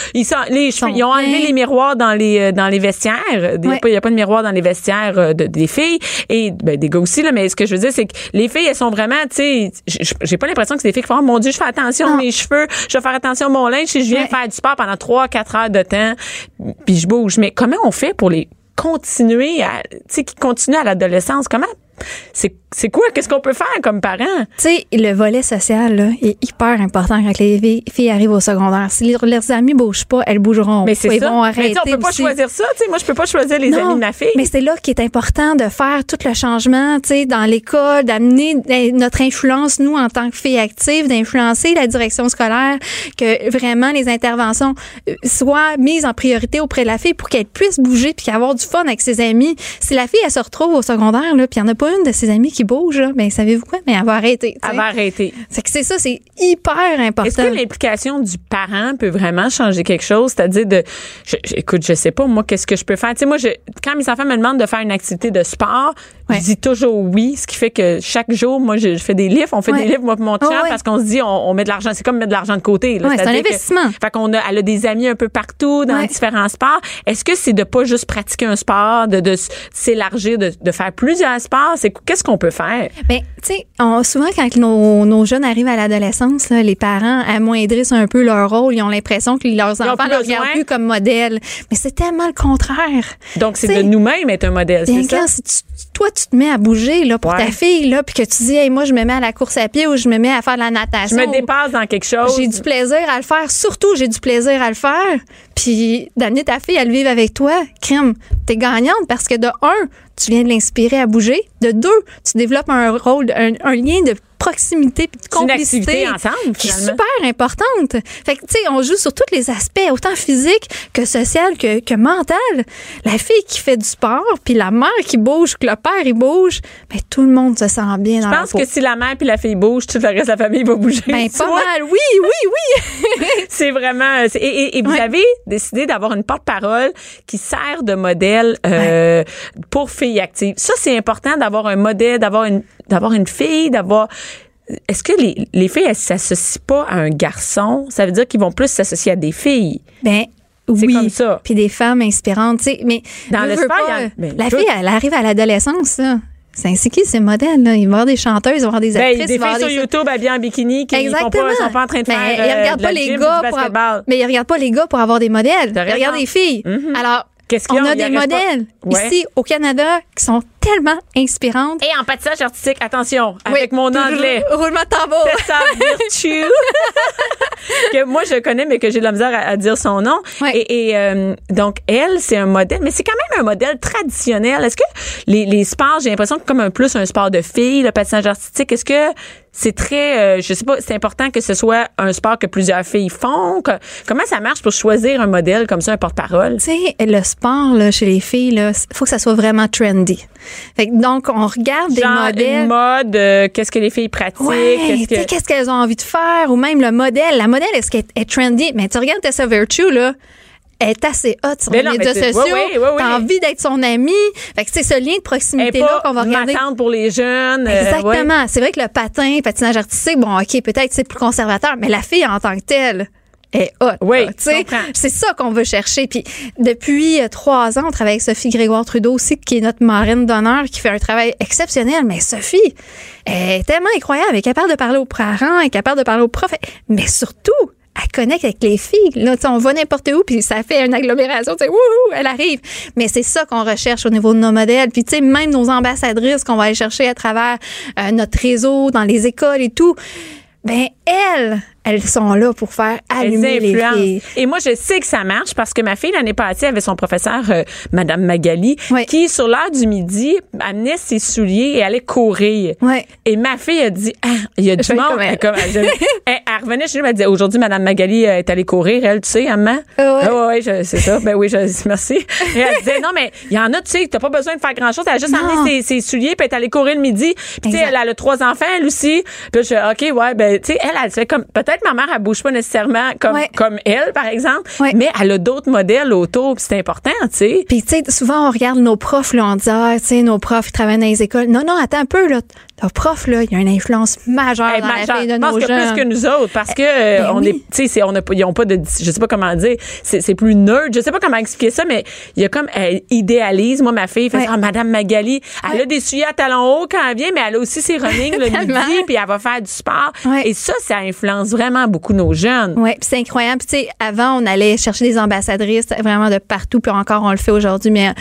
Ils ont enlevé les miroirs dans les vestiaires. Il y a pas de miroir dans les vestiaires des filles. Et, des gars aussi, là. Mais ce que je veux dire, c'est que les filles, elles sont vraiment, tu sais, j'ai pas l'impression que c'est des filles qui font, oh, mon Dieu, je fais attention à mes cheveux. Je vais faire attention à mon linge. Si je viens faire du sport pendant 3-4 heures de temps. Puis, je bouge. Mais comment on fait pour les continuer qui continuent à l'adolescence? Comment? C'est quoi? Qu'est-ce qu'on peut faire comme parents? Tu sais, le volet social là, est hyper important quand les filles arrivent au secondaire. Si leurs amis bougent pas, elles bougeront. Mais c'est ils ça. Vont arrêter. Mais on peut pas choisir ça. T'sais, moi, je peux pas choisir les amis de ma fille. Mais c'est là qu'il est important de faire tout le changement, tu sais, dans l'école, d'amener notre influence, nous, en tant que filles actives, d'influencer la direction scolaire, que vraiment les interventions soient mises en priorité auprès de la fille pour qu'elle puisse bouger puis avoir du fun avec ses amis. Si la fille, elle se retrouve au secondaire, là, puis il y en a pas une de ses amies qui bouge, là, ben savez-vous quoi? Mais elle va arrêter. T'sais. Elle va arrêter. C'est ça, c'est hyper important. Est-ce que l'implication du parent peut vraiment changer quelque chose? C'est-à-dire écoute, je sais pas, moi, qu'est-ce que je peux faire? Tu sais, moi, quand mes enfants me demandent de faire une activité de sport, je dis toujours oui, ce qui fait que chaque jour, moi, je fais des livres. On fait des livres, moi, pour mon chum, parce qu'on se dit, on met de l'argent. C'est comme mettre de l'argent de côté. Là. C'est un investissement. Elle a des amis un peu partout dans différents sports. Est-ce que c'est de pas juste pratiquer un sport, de s'élargir, de faire plusieurs sports? Qu'est-ce qu'on peut faire? Ben, tu sais, souvent, quand nos jeunes arrivent à l'adolescence, là, les parents amoindrissent un peu leur rôle. Ils ont l'impression que leurs enfants ne regardent plus comme modèle. Mais c'est tellement le contraire. Donc, c'est de nous-mêmes être un modèle, c'est ça? Si toi, tu te mets à bouger là, pour ta fille, là, puis que tu dis, hey, moi, je me mets à la course à pied ou je me mets à faire de la natation. Je me dépasse dans quelque chose. J'ai du plaisir à le faire. Surtout, j'ai du plaisir à le faire. Puis d'amener ta fille à le vivre avec toi, crime, t'es gagnante parce que de 1, tu viens de l'inspirer à bouger. De 2, tu développes un lien de proximité puis de C'est une complicité activité ensemble, qui est finalement. super importante. Fait que, tu sais, on joue sur tous les aspects, autant physique que social que mental. La fille qui fait du sport, puis la mère qui bouge, que le père, il bouge, ben, tout le monde se sent bien dans Je la pense peau. que si la mère puis la fille bougent, tout le reste de la famille va bouger. Ben, Tu pas vois? mal. Oui. C'est vraiment... Et vous Ouais. avez décidé d'avoir une porte-parole qui sert de modèle pour filles actives. Ça, c'est important d'avoir un modèle, d'avoir une fille, d'avoir... Est-ce que les filles, elles s'associent pas à un garçon? Ça veut dire qu'ils vont plus s'associer à des filles. Ben, C'est oui. comme ça. Puis des femmes inspirantes, tu sais. Mais Dans veux, le veux sport, pas, il y a- ben, la tout. fille, elle arrive à l'adolescence, là. C'est qui ces modèles, là? Il va y avoir des chanteuses, il va y avoir des Ben, actrices. des il va y filles avoir sur YouTube habillées en bikini qui Exactement. sont pas en train de Mais faire ils regardent de pas la les gym, gars du basketball. mais ils regardent pas les gars pour avoir des modèles. T'as Ils regardent raison. les filles. Alors, Qu'est-ce qu'ils on ont? a Ils des restent pas- modèles Ouais. ici au Canada qui sont tellement inspirantes. Et en patinage artistique, attention, avec mon anglais. Roulement de tambour. Tessa Virtue. Que moi, je connais, mais que j'ai de la misère à dire son nom. Ouais. Et donc, elle, c'est un modèle, mais c'est quand même un modèle traditionnel. Est-ce que les sports, j'ai l'impression que comme plus un sport de filles, le patinage artistique, est-ce que c'est très, je sais pas, c'est important que ce soit un sport que plusieurs filles font? Comment ça marche pour choisir un modèle comme ça, un porte-parole? Tu sais, le sport, là, chez les filles, là, faut que ça soit vraiment trendy. Fait que donc, on regarde des Genre modèles. une mode, qu'est-ce que les filles pratiquent? Ouais, qu'est-ce tu sais, que... qu'est-ce qu'elles ont envie de faire, ou même le modèle. La modèle, est-ce qu'elle est trendy? Mais tu regardes Tessa Virtue, là, elle est assez hot sur Mais les non, médias mais c'est- sociaux. oui, oui, oui, T'as oui. envie d'être son amie. Fait que c'est ce lien de Elle est proximité-là pas qu'on va regarder. matante pour les jeunes. Exactement. C'est vrai que le patinage artistique, bon, OK, peut-être c'est plus conservateur, mais la fille en tant que telle est hot. Oui, là, tu sais. je comprends. C'est ça qu'on veut chercher. Puis depuis 3 ans, on travaille avec Sophie Grégoire-Trudeau aussi, qui est notre marraine d'honneur, qui fait un travail exceptionnel. Mais Sophie est tellement incroyable. Elle est capable de parler aux parents, elle est capable de parler aux profs, mais surtout, elle connecte avec les filles. Là, tu sais, on va n'importe où, puis ça fait une agglomération. Tu sais, wouhou, elle arrive. Mais c'est ça qu'on recherche au niveau de nos modèles. Puis, tu sais, même nos ambassadrices qu'on va aller chercher à travers notre réseau, dans les écoles et tout, ben elles sont là pour faire allumer les filles. Et moi, je sais que ça marche parce que ma fille, l'année passée, avait son professeur, Madame Magali, Ouais. qui, sur l'heure du midi, amenait ses souliers et allait courir. Ouais. Et ma fille a dit, il y a du Je vais monde. comme elle. Elle revenait chez nous, elle disait, aujourd'hui, Madame Magali est allée courir, elle, tu sais, maman. Ouais. Oui, c'est ça. Ben oui, merci. Et elle disait, non, mais il y en a, tu sais, t'as pas besoin de faire grand chose. Elle a juste Non. amené ses souliers puis elle est allée courir le midi. Puis, tu sais, Exact. elle a 3 enfants, elle aussi. Puis, je fais, OK, ouais, ben, tu sais, elle fait comme, peut-être ma mère, elle bouge pas nécessairement Ouais. comme elle, par exemple. Ouais. Mais elle a d'autres modèles autour, puis c'est important, tu sais. Puis, tu sais, souvent, on regarde nos profs, là, on dit, tu sais, nos profs, ils travaillent dans les écoles. Non, attends un peu, là. Nos profs, là, il y a une influence majeure Hey, dans majeure. la vie de Je pense nos que jeunes. plus que nous autres, parce que Ben on oui. est, tu sais, ils ont pas de, je sais pas comment dire, c'est plus nerd, je sais pas comment expliquer ça, mais il y a comme, elle idéalise, moi, ma fille, fait Ouais. ça, Madame Magali, elle a des souliers à talons hauts quand elle vient, mais elle a aussi ses running le Tellement. midi, puis elle va faire du sport. Ouais. Et ça influence vraiment beaucoup nos jeunes. Oui, puis c'est incroyable. Puis, tu sais, avant, on allait chercher des ambassadrices vraiment de partout, puis encore, on le fait aujourd'hui, mais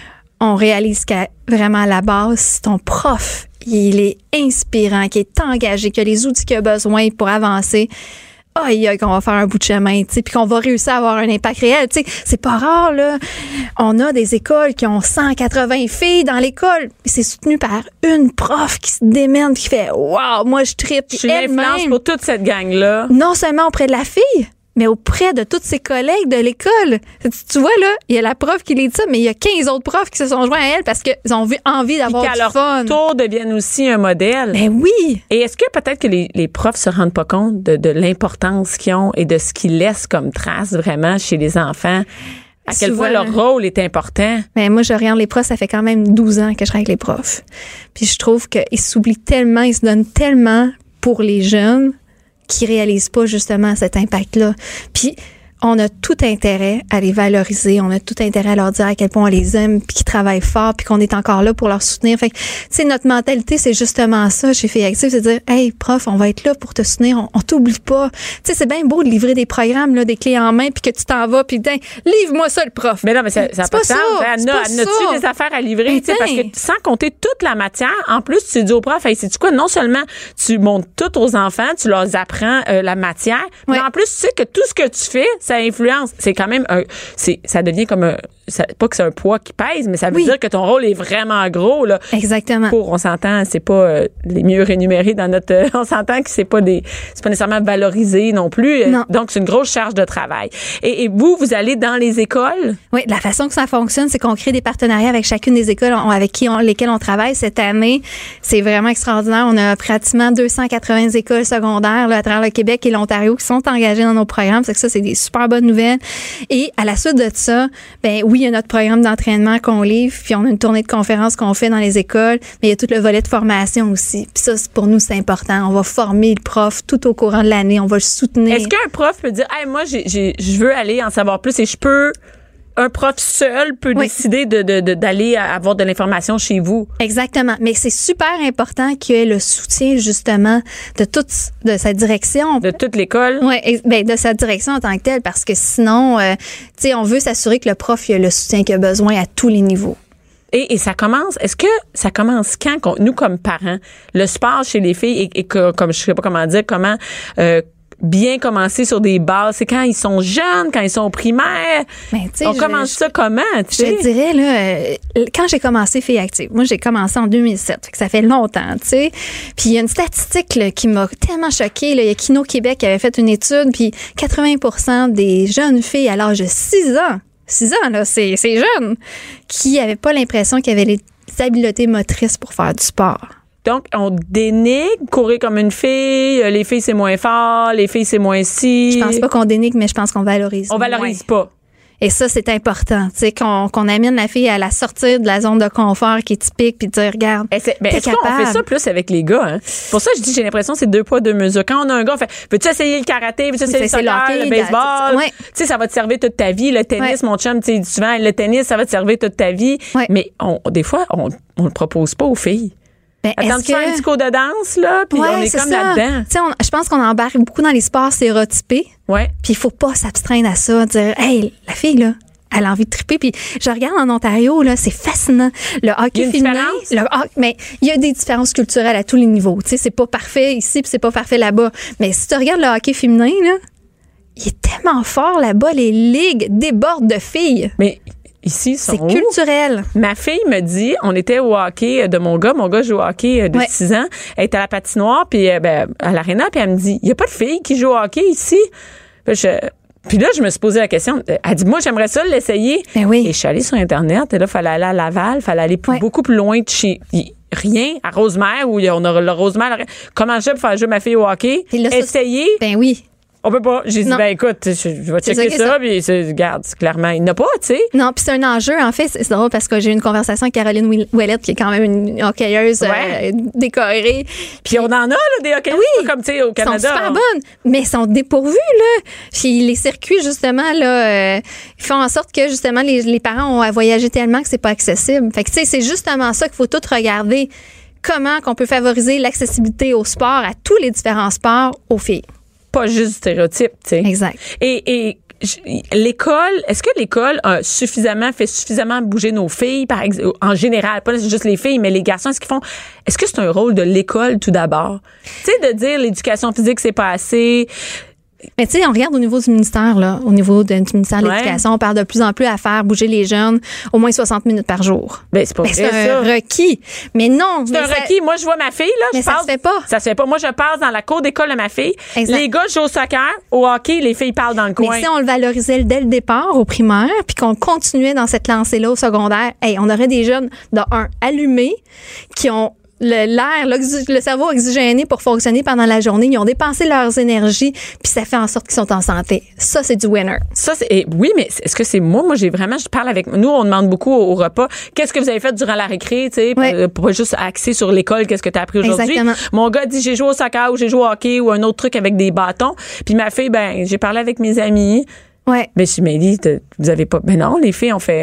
on réalise qu'à vraiment à la base, si ton prof, il est inspirant, qui est engagé, qui a les outils qu'il a besoin pour avancer, qu'on va faire un bout de chemin, tu sais, puis qu'on va réussir à avoir un impact réel. Tu sais, c'est pas rare, là. On a des écoles qui ont 180 filles dans l'école. C'est soutenu par une prof qui se démène, qui fait « Wow, moi, je trippe. » Je suis l'influence Elle-même, pour toute cette gang-là. non seulement auprès de la fille, mais auprès de toutes ses collègues de l'école. Tu vois, là, il y a la prof qui les dit ça, mais il y a 15 autres profs qui se sont joints à elle parce qu'ils ont envie Puis d'avoir qu'à du leur fun. tour deviennent aussi un modèle. Ben oui! Et est-ce que peut-être que les profs se rendent pas compte de l'importance qu'ils ont et de ce qu'ils laissent comme trace vraiment chez les enfants? À quel Souvent. point leur rôle est important. Ben moi, je regarde les profs, ça fait quand même 12 ans que je travaille avec les profs. Puis je trouve qu'ils s'oublient tellement, ils se donnent tellement pour les jeunes qui réalisent pas justement cet impact-là. Puis on a tout intérêt à les valoriser, on a tout intérêt à leur dire à quel point on les aime, puis qu'ils travaillent fort, puis qu'on est encore là pour leur soutenir. Fait que, tu sais, notre mentalité, c'est justement ça chez Filles Actives, c'est de dire, hey, prof, on va être là pour te soutenir, on t'oublie pas. Tu sais, c'est bien beau de livrer des programmes, là, des clés en main, puis que tu t'en vas, puis livre-moi ça, le prof. Mais non, mais ça a C'est pas de pas sens. ça, Elle c'est pas a-tu ça. des affaires à livrer? Ben, Tu sais, parce que tiens. sans compter toute la matière, en plus, tu dis au prof, hey, sais-tu quoi? Non seulement tu montres tout aux enfants, tu leur apprends la matière, mais Ouais. en plus, tu sais que tout ce que tu fais, ça ça influence. C'est quand même ça devient comme pas que c'est un poids qui pèse, mais ça veut dire que ton rôle est vraiment gros, là. Exactement. On s'entend, c'est pas les mieux rémunérés dans notre, on s'entend que c'est pas nécessairement valorisé non plus. Non. Donc, c'est une grosse charge de travail. Et vous allez dans les écoles? Oui, la façon que ça fonctionne, c'est qu'on crée des partenariats avec chacune des écoles avec lesquelles on travaille cette année. C'est vraiment extraordinaire. On a pratiquement 280 écoles secondaires là, à travers le Québec et l'Ontario qui sont engagées dans nos programmes. C'est que ça, c'est des super bonnes nouvelles. Et à la suite de ça, oui, il y a notre programme d'entraînement qu'on livre, puis on a une tournée de conférences qu'on fait dans les écoles, mais il y a tout le volet de formation aussi. Puis ça, pour nous, c'est important. On va former le prof tout au courant de l'année. On va le soutenir. Est-ce qu'un prof peut dire, hey, moi, je veux aller en savoir plus et un prof seul peut décider d'aller avoir de l'information chez vous? Exactement. Mais c'est super important qu'il y ait le soutien, justement, de sa direction. De toute l'école? Oui, de sa direction en tant que telle, parce que sinon, on veut s'assurer que le prof il a le soutien qu'il a besoin à tous les niveaux. Et ça commence, est-ce que ça commence quand, nous, comme parents, le sport chez les filles et comme je sais pas comment dire, bien commencer sur des bases, c'est quand ils sont jeunes, quand ils sont au primaire. On commence ça comment, tu sais? Je te dirais, là, quand j'ai commencé Filles Actives, moi, j'ai commencé en 2007, fait que ça fait longtemps, tu sais. Puis il y a une statistique là, qui m'a tellement choquée. Là. Il y a Kino Québec qui avait fait une étude, puis 80% des jeunes filles à l'âge de 6 ans, là, c'est jeune, qui n'avaient pas l'impression qu'ils avaient les habiletés motrices pour faire du sport. Donc, on dénigre courir comme une fille, les filles, c'est moins fort, les filles, c'est moins si. Je pense pas qu'on dénigre, mais je pense qu'on valorise. On valorise pas. Et ça, c'est important, tu sais, qu'on amène la fille à la sortir de la zone de confort qui est typique, puis de dire, regarde, est-ce qu'on fait ça plus avec les gars? Hein? Pour ça, je dis, j'ai l'impression que c'est 2 poids, 2 mesures. Quand on a un gars, on fait, veux-tu essayer le karaté, veux-tu essayer le soccer, le baseball? Tu sais, ça va te servir toute ta vie. Le tennis, mon chum, tu sais, souvent, le tennis, ça va te servir toute ta vie. Mais des fois, on le propose pas aux filles. Attends, tu fais un petit cours de danse, là, puis on est comme ça. là-dedans. Tu sais, je pense qu'on embarque beaucoup dans les sports stéréotypés. Ouais. Puis il faut pas s'abstraindre à ça, dire, hey, la fille, là, elle a envie de triper. Puis je regarde en Ontario, là, c'est fascinant. Le hockey féminin. Mais il y a des différences culturelles à tous les niveaux. Tu sais, c'est pas parfait ici, puis c'est pas parfait là-bas. Mais si tu regardes le hockey féminin, là, il est tellement fort là-bas, les ligues débordent de filles. Mais ici, c'est culturel. Ma fille me dit, on était au hockey de mon gars joue au hockey de 6 ans, elle est à la patinoire, puis à l'aréna, puis elle me dit, il y a pas de filles qui jouent au hockey ici. Puis là, je me suis posé la question. Elle dit, moi, j'aimerais ça l'essayer. Ben oui. Et je suis allée sur Internet, et là, il fallait aller à Laval, il fallait aller beaucoup plus loin de chez rien, à Rosemère, où on a le Rosemère. Comment je fais pour faire jouer ma fille au hockey? Essayer? Ben oui. On peut pas. J'ai dit, écoute, je vais checker ça, puis regarde, clairement, il n'y en a pas, tu sais. Non, puis c'est un enjeu. En fait, c'est drôle parce que j'ai eu une conversation avec Caroline Ouellette, qui est quand même une hockeyeuse décorée. Puis on en a, là, des hockeyeuses, comme, tu sais, au Canada. Elles sont super bonnes, mais elles sont dépourvues, là. Puis les circuits, justement, là, ils font en sorte que, justement, les parents ont à voyager tellement que c'est pas accessible. Fait que, tu sais, c'est justement ça qu'il faut tout regarder. Comment qu'on peut favoriser l'accessibilité au sport, à tous les différents sports, aux filles. Pas juste du stéréotype, tu sais. Exact. Et l'école, est-ce que l'école fait suffisamment bouger nos filles, par exemple, en général, pas juste les filles, mais les garçons, est-ce que c'est un rôle de l'école tout d'abord? Tu sais, de dire l'éducation physique, c'est pas assez. Mais tu sais, on regarde au niveau du ministère, là, au niveau du ministère de l'Éducation, on parle de plus en plus à faire bouger les jeunes au moins 60 minutes par jour. Ben, c'est pas vrai, c'est un requis. Mais non. C'est un requis. Moi, je vois ma fille, là. Mais ça se fait pas. Ça se fait pas. Moi, je passe dans la cour d'école de ma fille. Exact. Les gars jouent au soccer, au hockey, les filles parlent dans le coin. Mais si on le valorisait dès le départ, au primaire, puis qu'on continuait dans cette lancée-là au secondaire, on aurait des jeunes, allumés, qui ont le cerveau oxygéné pour fonctionner pendant la journée. Ils ont dépensé leurs énergies, puis ça fait en sorte qu'ils sont en santé. Ça, c'est du winner. Oui, mais est-ce que c'est moi? Moi, je parle avec, nous, on demande beaucoup au repas, qu'est-ce que vous avez fait durant la récré, tu sais, pour pas juste axer sur l'école, qu'est-ce que tu as appris aujourd'hui. Exactement. Mon gars dit, j'ai joué au soccer ou j'ai joué au hockey ou un autre truc avec des bâtons. Puis ma fille, j'ai parlé avec mes amis. Ouais. Mais je me dis, vous avez pas, non, les filles ont fait.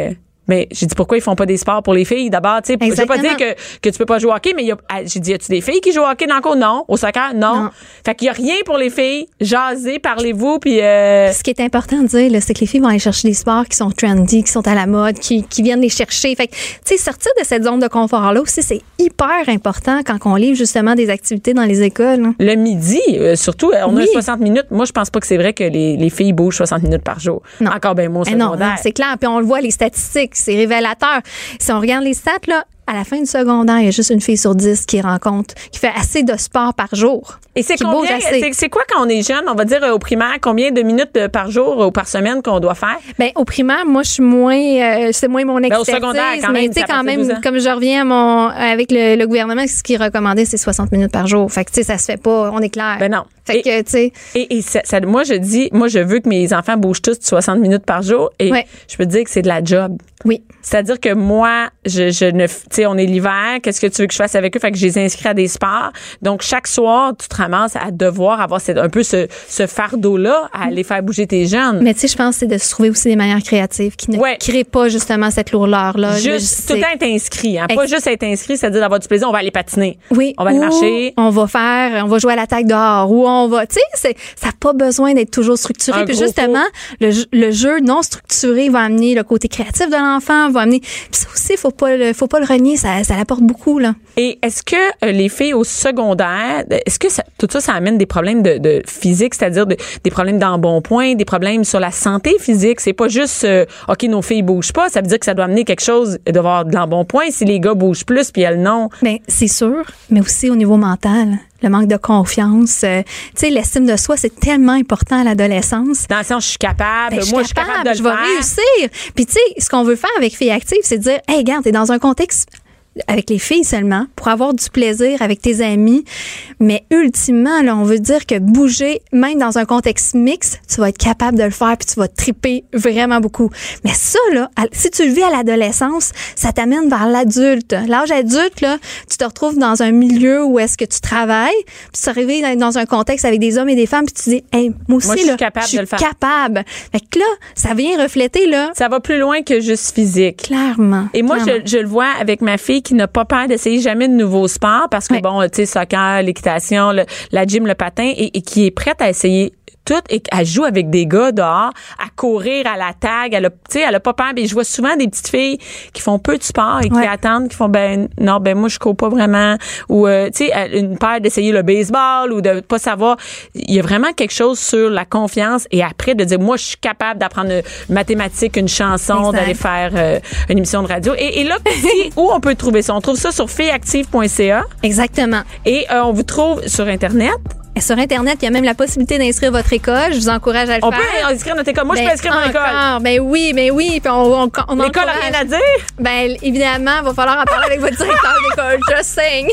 Mais j'ai dit, pourquoi ils font pas des sports pour les filles? D'abord, tu sais, je veux pas dire que tu peux pas jouer au hockey, mais j'ai dit, y a-tu des filles qui jouent au hockey dans le cours? Non. Au soccer? Non. Fait qu'il y a rien pour les filles. Jasez, parlez-vous, puis Ce qui est important de dire, là, c'est que les filles vont aller chercher des sports qui sont trendy, qui sont à la mode, qui viennent les chercher. Fait que, tu sais, sortir de cette zone de confort-là aussi, c'est hyper important quand on livre justement des activités dans les écoles. Hein. Le midi, surtout, on a 60 minutes. Moi, je pense pas que c'est vrai que les filles bougent 60 minutes par jour. Non. Encore bien moins au secondaire. Non, c'est clair. Puis on le voit, les statistiques, c'est révélateur. Si on regarde les stats, là, à la fin du secondaire, il y a juste une fille sur 10 qui fait assez de sport par jour. Et c'est combien? C'est quoi quand on est jeune? On va dire au primaire, combien de minutes par jour ou par semaine qu'on doit faire? Ben au primaire, moi, je suis moins, c'est moins mon expertise. Au secondaire, quand même. Mais tu sais, quand même, comme je reviens avec le gouvernement, ce qui recommandait, c'est 60 minutes par jour. Fait que, tu sais, ça se fait pas, on est clair. Ben non. Fait que, tu sais. Et moi, je veux que mes enfants bougent tous 60 minutes par jour. Et je peux te dire que c'est de la job. Oui. C'est-à-dire que moi, je ne, tu sais, on est l'hiver, qu'est-ce que tu veux que je fasse avec eux? Fait que je les inscris à des sports. Donc, chaque soir, tu te ramasses à devoir avoir un peu ce fardeau-là à aller faire bouger tes jeunes. Mais tu sais, je pense que c'est de se trouver aussi des manières créatives qui ne créent pas justement cette lourdeur-là. Juste tout le temps être inscrit, hein. Pas juste être inscrit, c'est-à-dire d'avoir du plaisir, on va aller patiner. Oui. On va aller marcher. On va jouer à l'attaque dehors, ou on va, tu sais, ça n'a pas besoin d'être toujours structuré. Puis justement, le jeu non structuré va amener le côté créatif de l'enfant, va amener. Puis ça aussi, faut pas le renier, ça l'apporte beaucoup, là. Et est-ce que les filles au secondaire, est-ce que tout ça amène des problèmes de physique, c'est-à-dire des problèmes d'embonpoint, des problèmes sur la santé physique? C'est pas juste, OK, nos filles bougent pas, ça veut dire que ça doit amener quelque chose d'avoir de l'embonpoint si les gars bougent plus puis elles non. Ben, c'est sûr, mais aussi au niveau mental. Le manque de confiance. Tu sais, l'estime de soi, c'est tellement important à l'adolescence. Dans le sens, je suis capable. Ben, moi, je suis capable de le faire. Je vais réussir. Puis, tu sais, ce qu'on veut faire avec Filles Actives, c'est de dire, hey, regarde, t'es dans un contexte avec les filles seulement, pour avoir du plaisir avec tes amis. Mais ultimement, là, on veut dire que bouger, même dans un contexte mixte, tu vas être capable de le faire puis tu vas triper vraiment beaucoup. Mais ça, là, si tu le vis à l'adolescence, ça t'amène vers l'adulte. L'âge adulte, là, tu te retrouves dans un milieu où est-ce que tu travailles, puis tu arrives dans un contexte avec des hommes et des femmes, puis tu dis, hey, moi aussi, je suis capable de le faire. Capable. Fait que là, ça vient refléter, là. Ça va plus loin que juste physique. Clairement. Et moi, je le vois avec ma fille qui n'a pas peur d'essayer jamais de nouveaux sports parce que bon, tu sais, soccer, l'équitation, la gym, le patin et qui est prête à essayer tout et elle joue avec des gars dehors, à courir à la tag, elle a pas peur. Mais je vois souvent des petites filles qui font peu de sport et qui attendent, qui font moi je cours pas vraiment, ou tu sais, une peur d'essayer le baseball ou de pas savoir. Il y a vraiment quelque chose sur la confiance et après de dire moi je suis capable d'apprendre mathématiques, une chanson, d'aller faire une émission de radio. Et là, où on peut trouver ça? On trouve ça sur filleactive.ca. Exactement. Et on vous trouve sur Internet. Sur Internet, il y a même la possibilité d'inscrire votre école. Je vous encourage à le faire. On peut inscrire notre école. Moi, je peux inscrire mon école. Ben oui. Puis on l'école n'a rien à dire? Ben évidemment, il va falloir en parler avec votre directeur d'école. Just saying.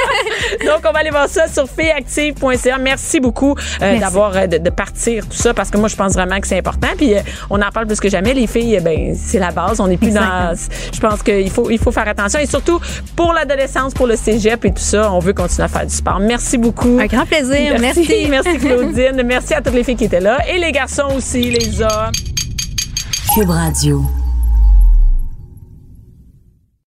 Donc, on va aller voir ça sur filleactive.ca. Merci beaucoup d'avoir de partir tout ça parce que moi, je pense vraiment que c'est important. Puis, on en parle plus que jamais. Les filles, c'est la base. On n'est plus dans... Je pense qu'il faut faire attention. Et surtout, pour l'adolescence, pour le cégep et tout ça, on veut continuer à faire du sport. Merci beaucoup. Un grand plaisir. Merci Claudine. Merci à toutes les filles qui étaient là. Et les garçons aussi, les hommes. Cube Radio.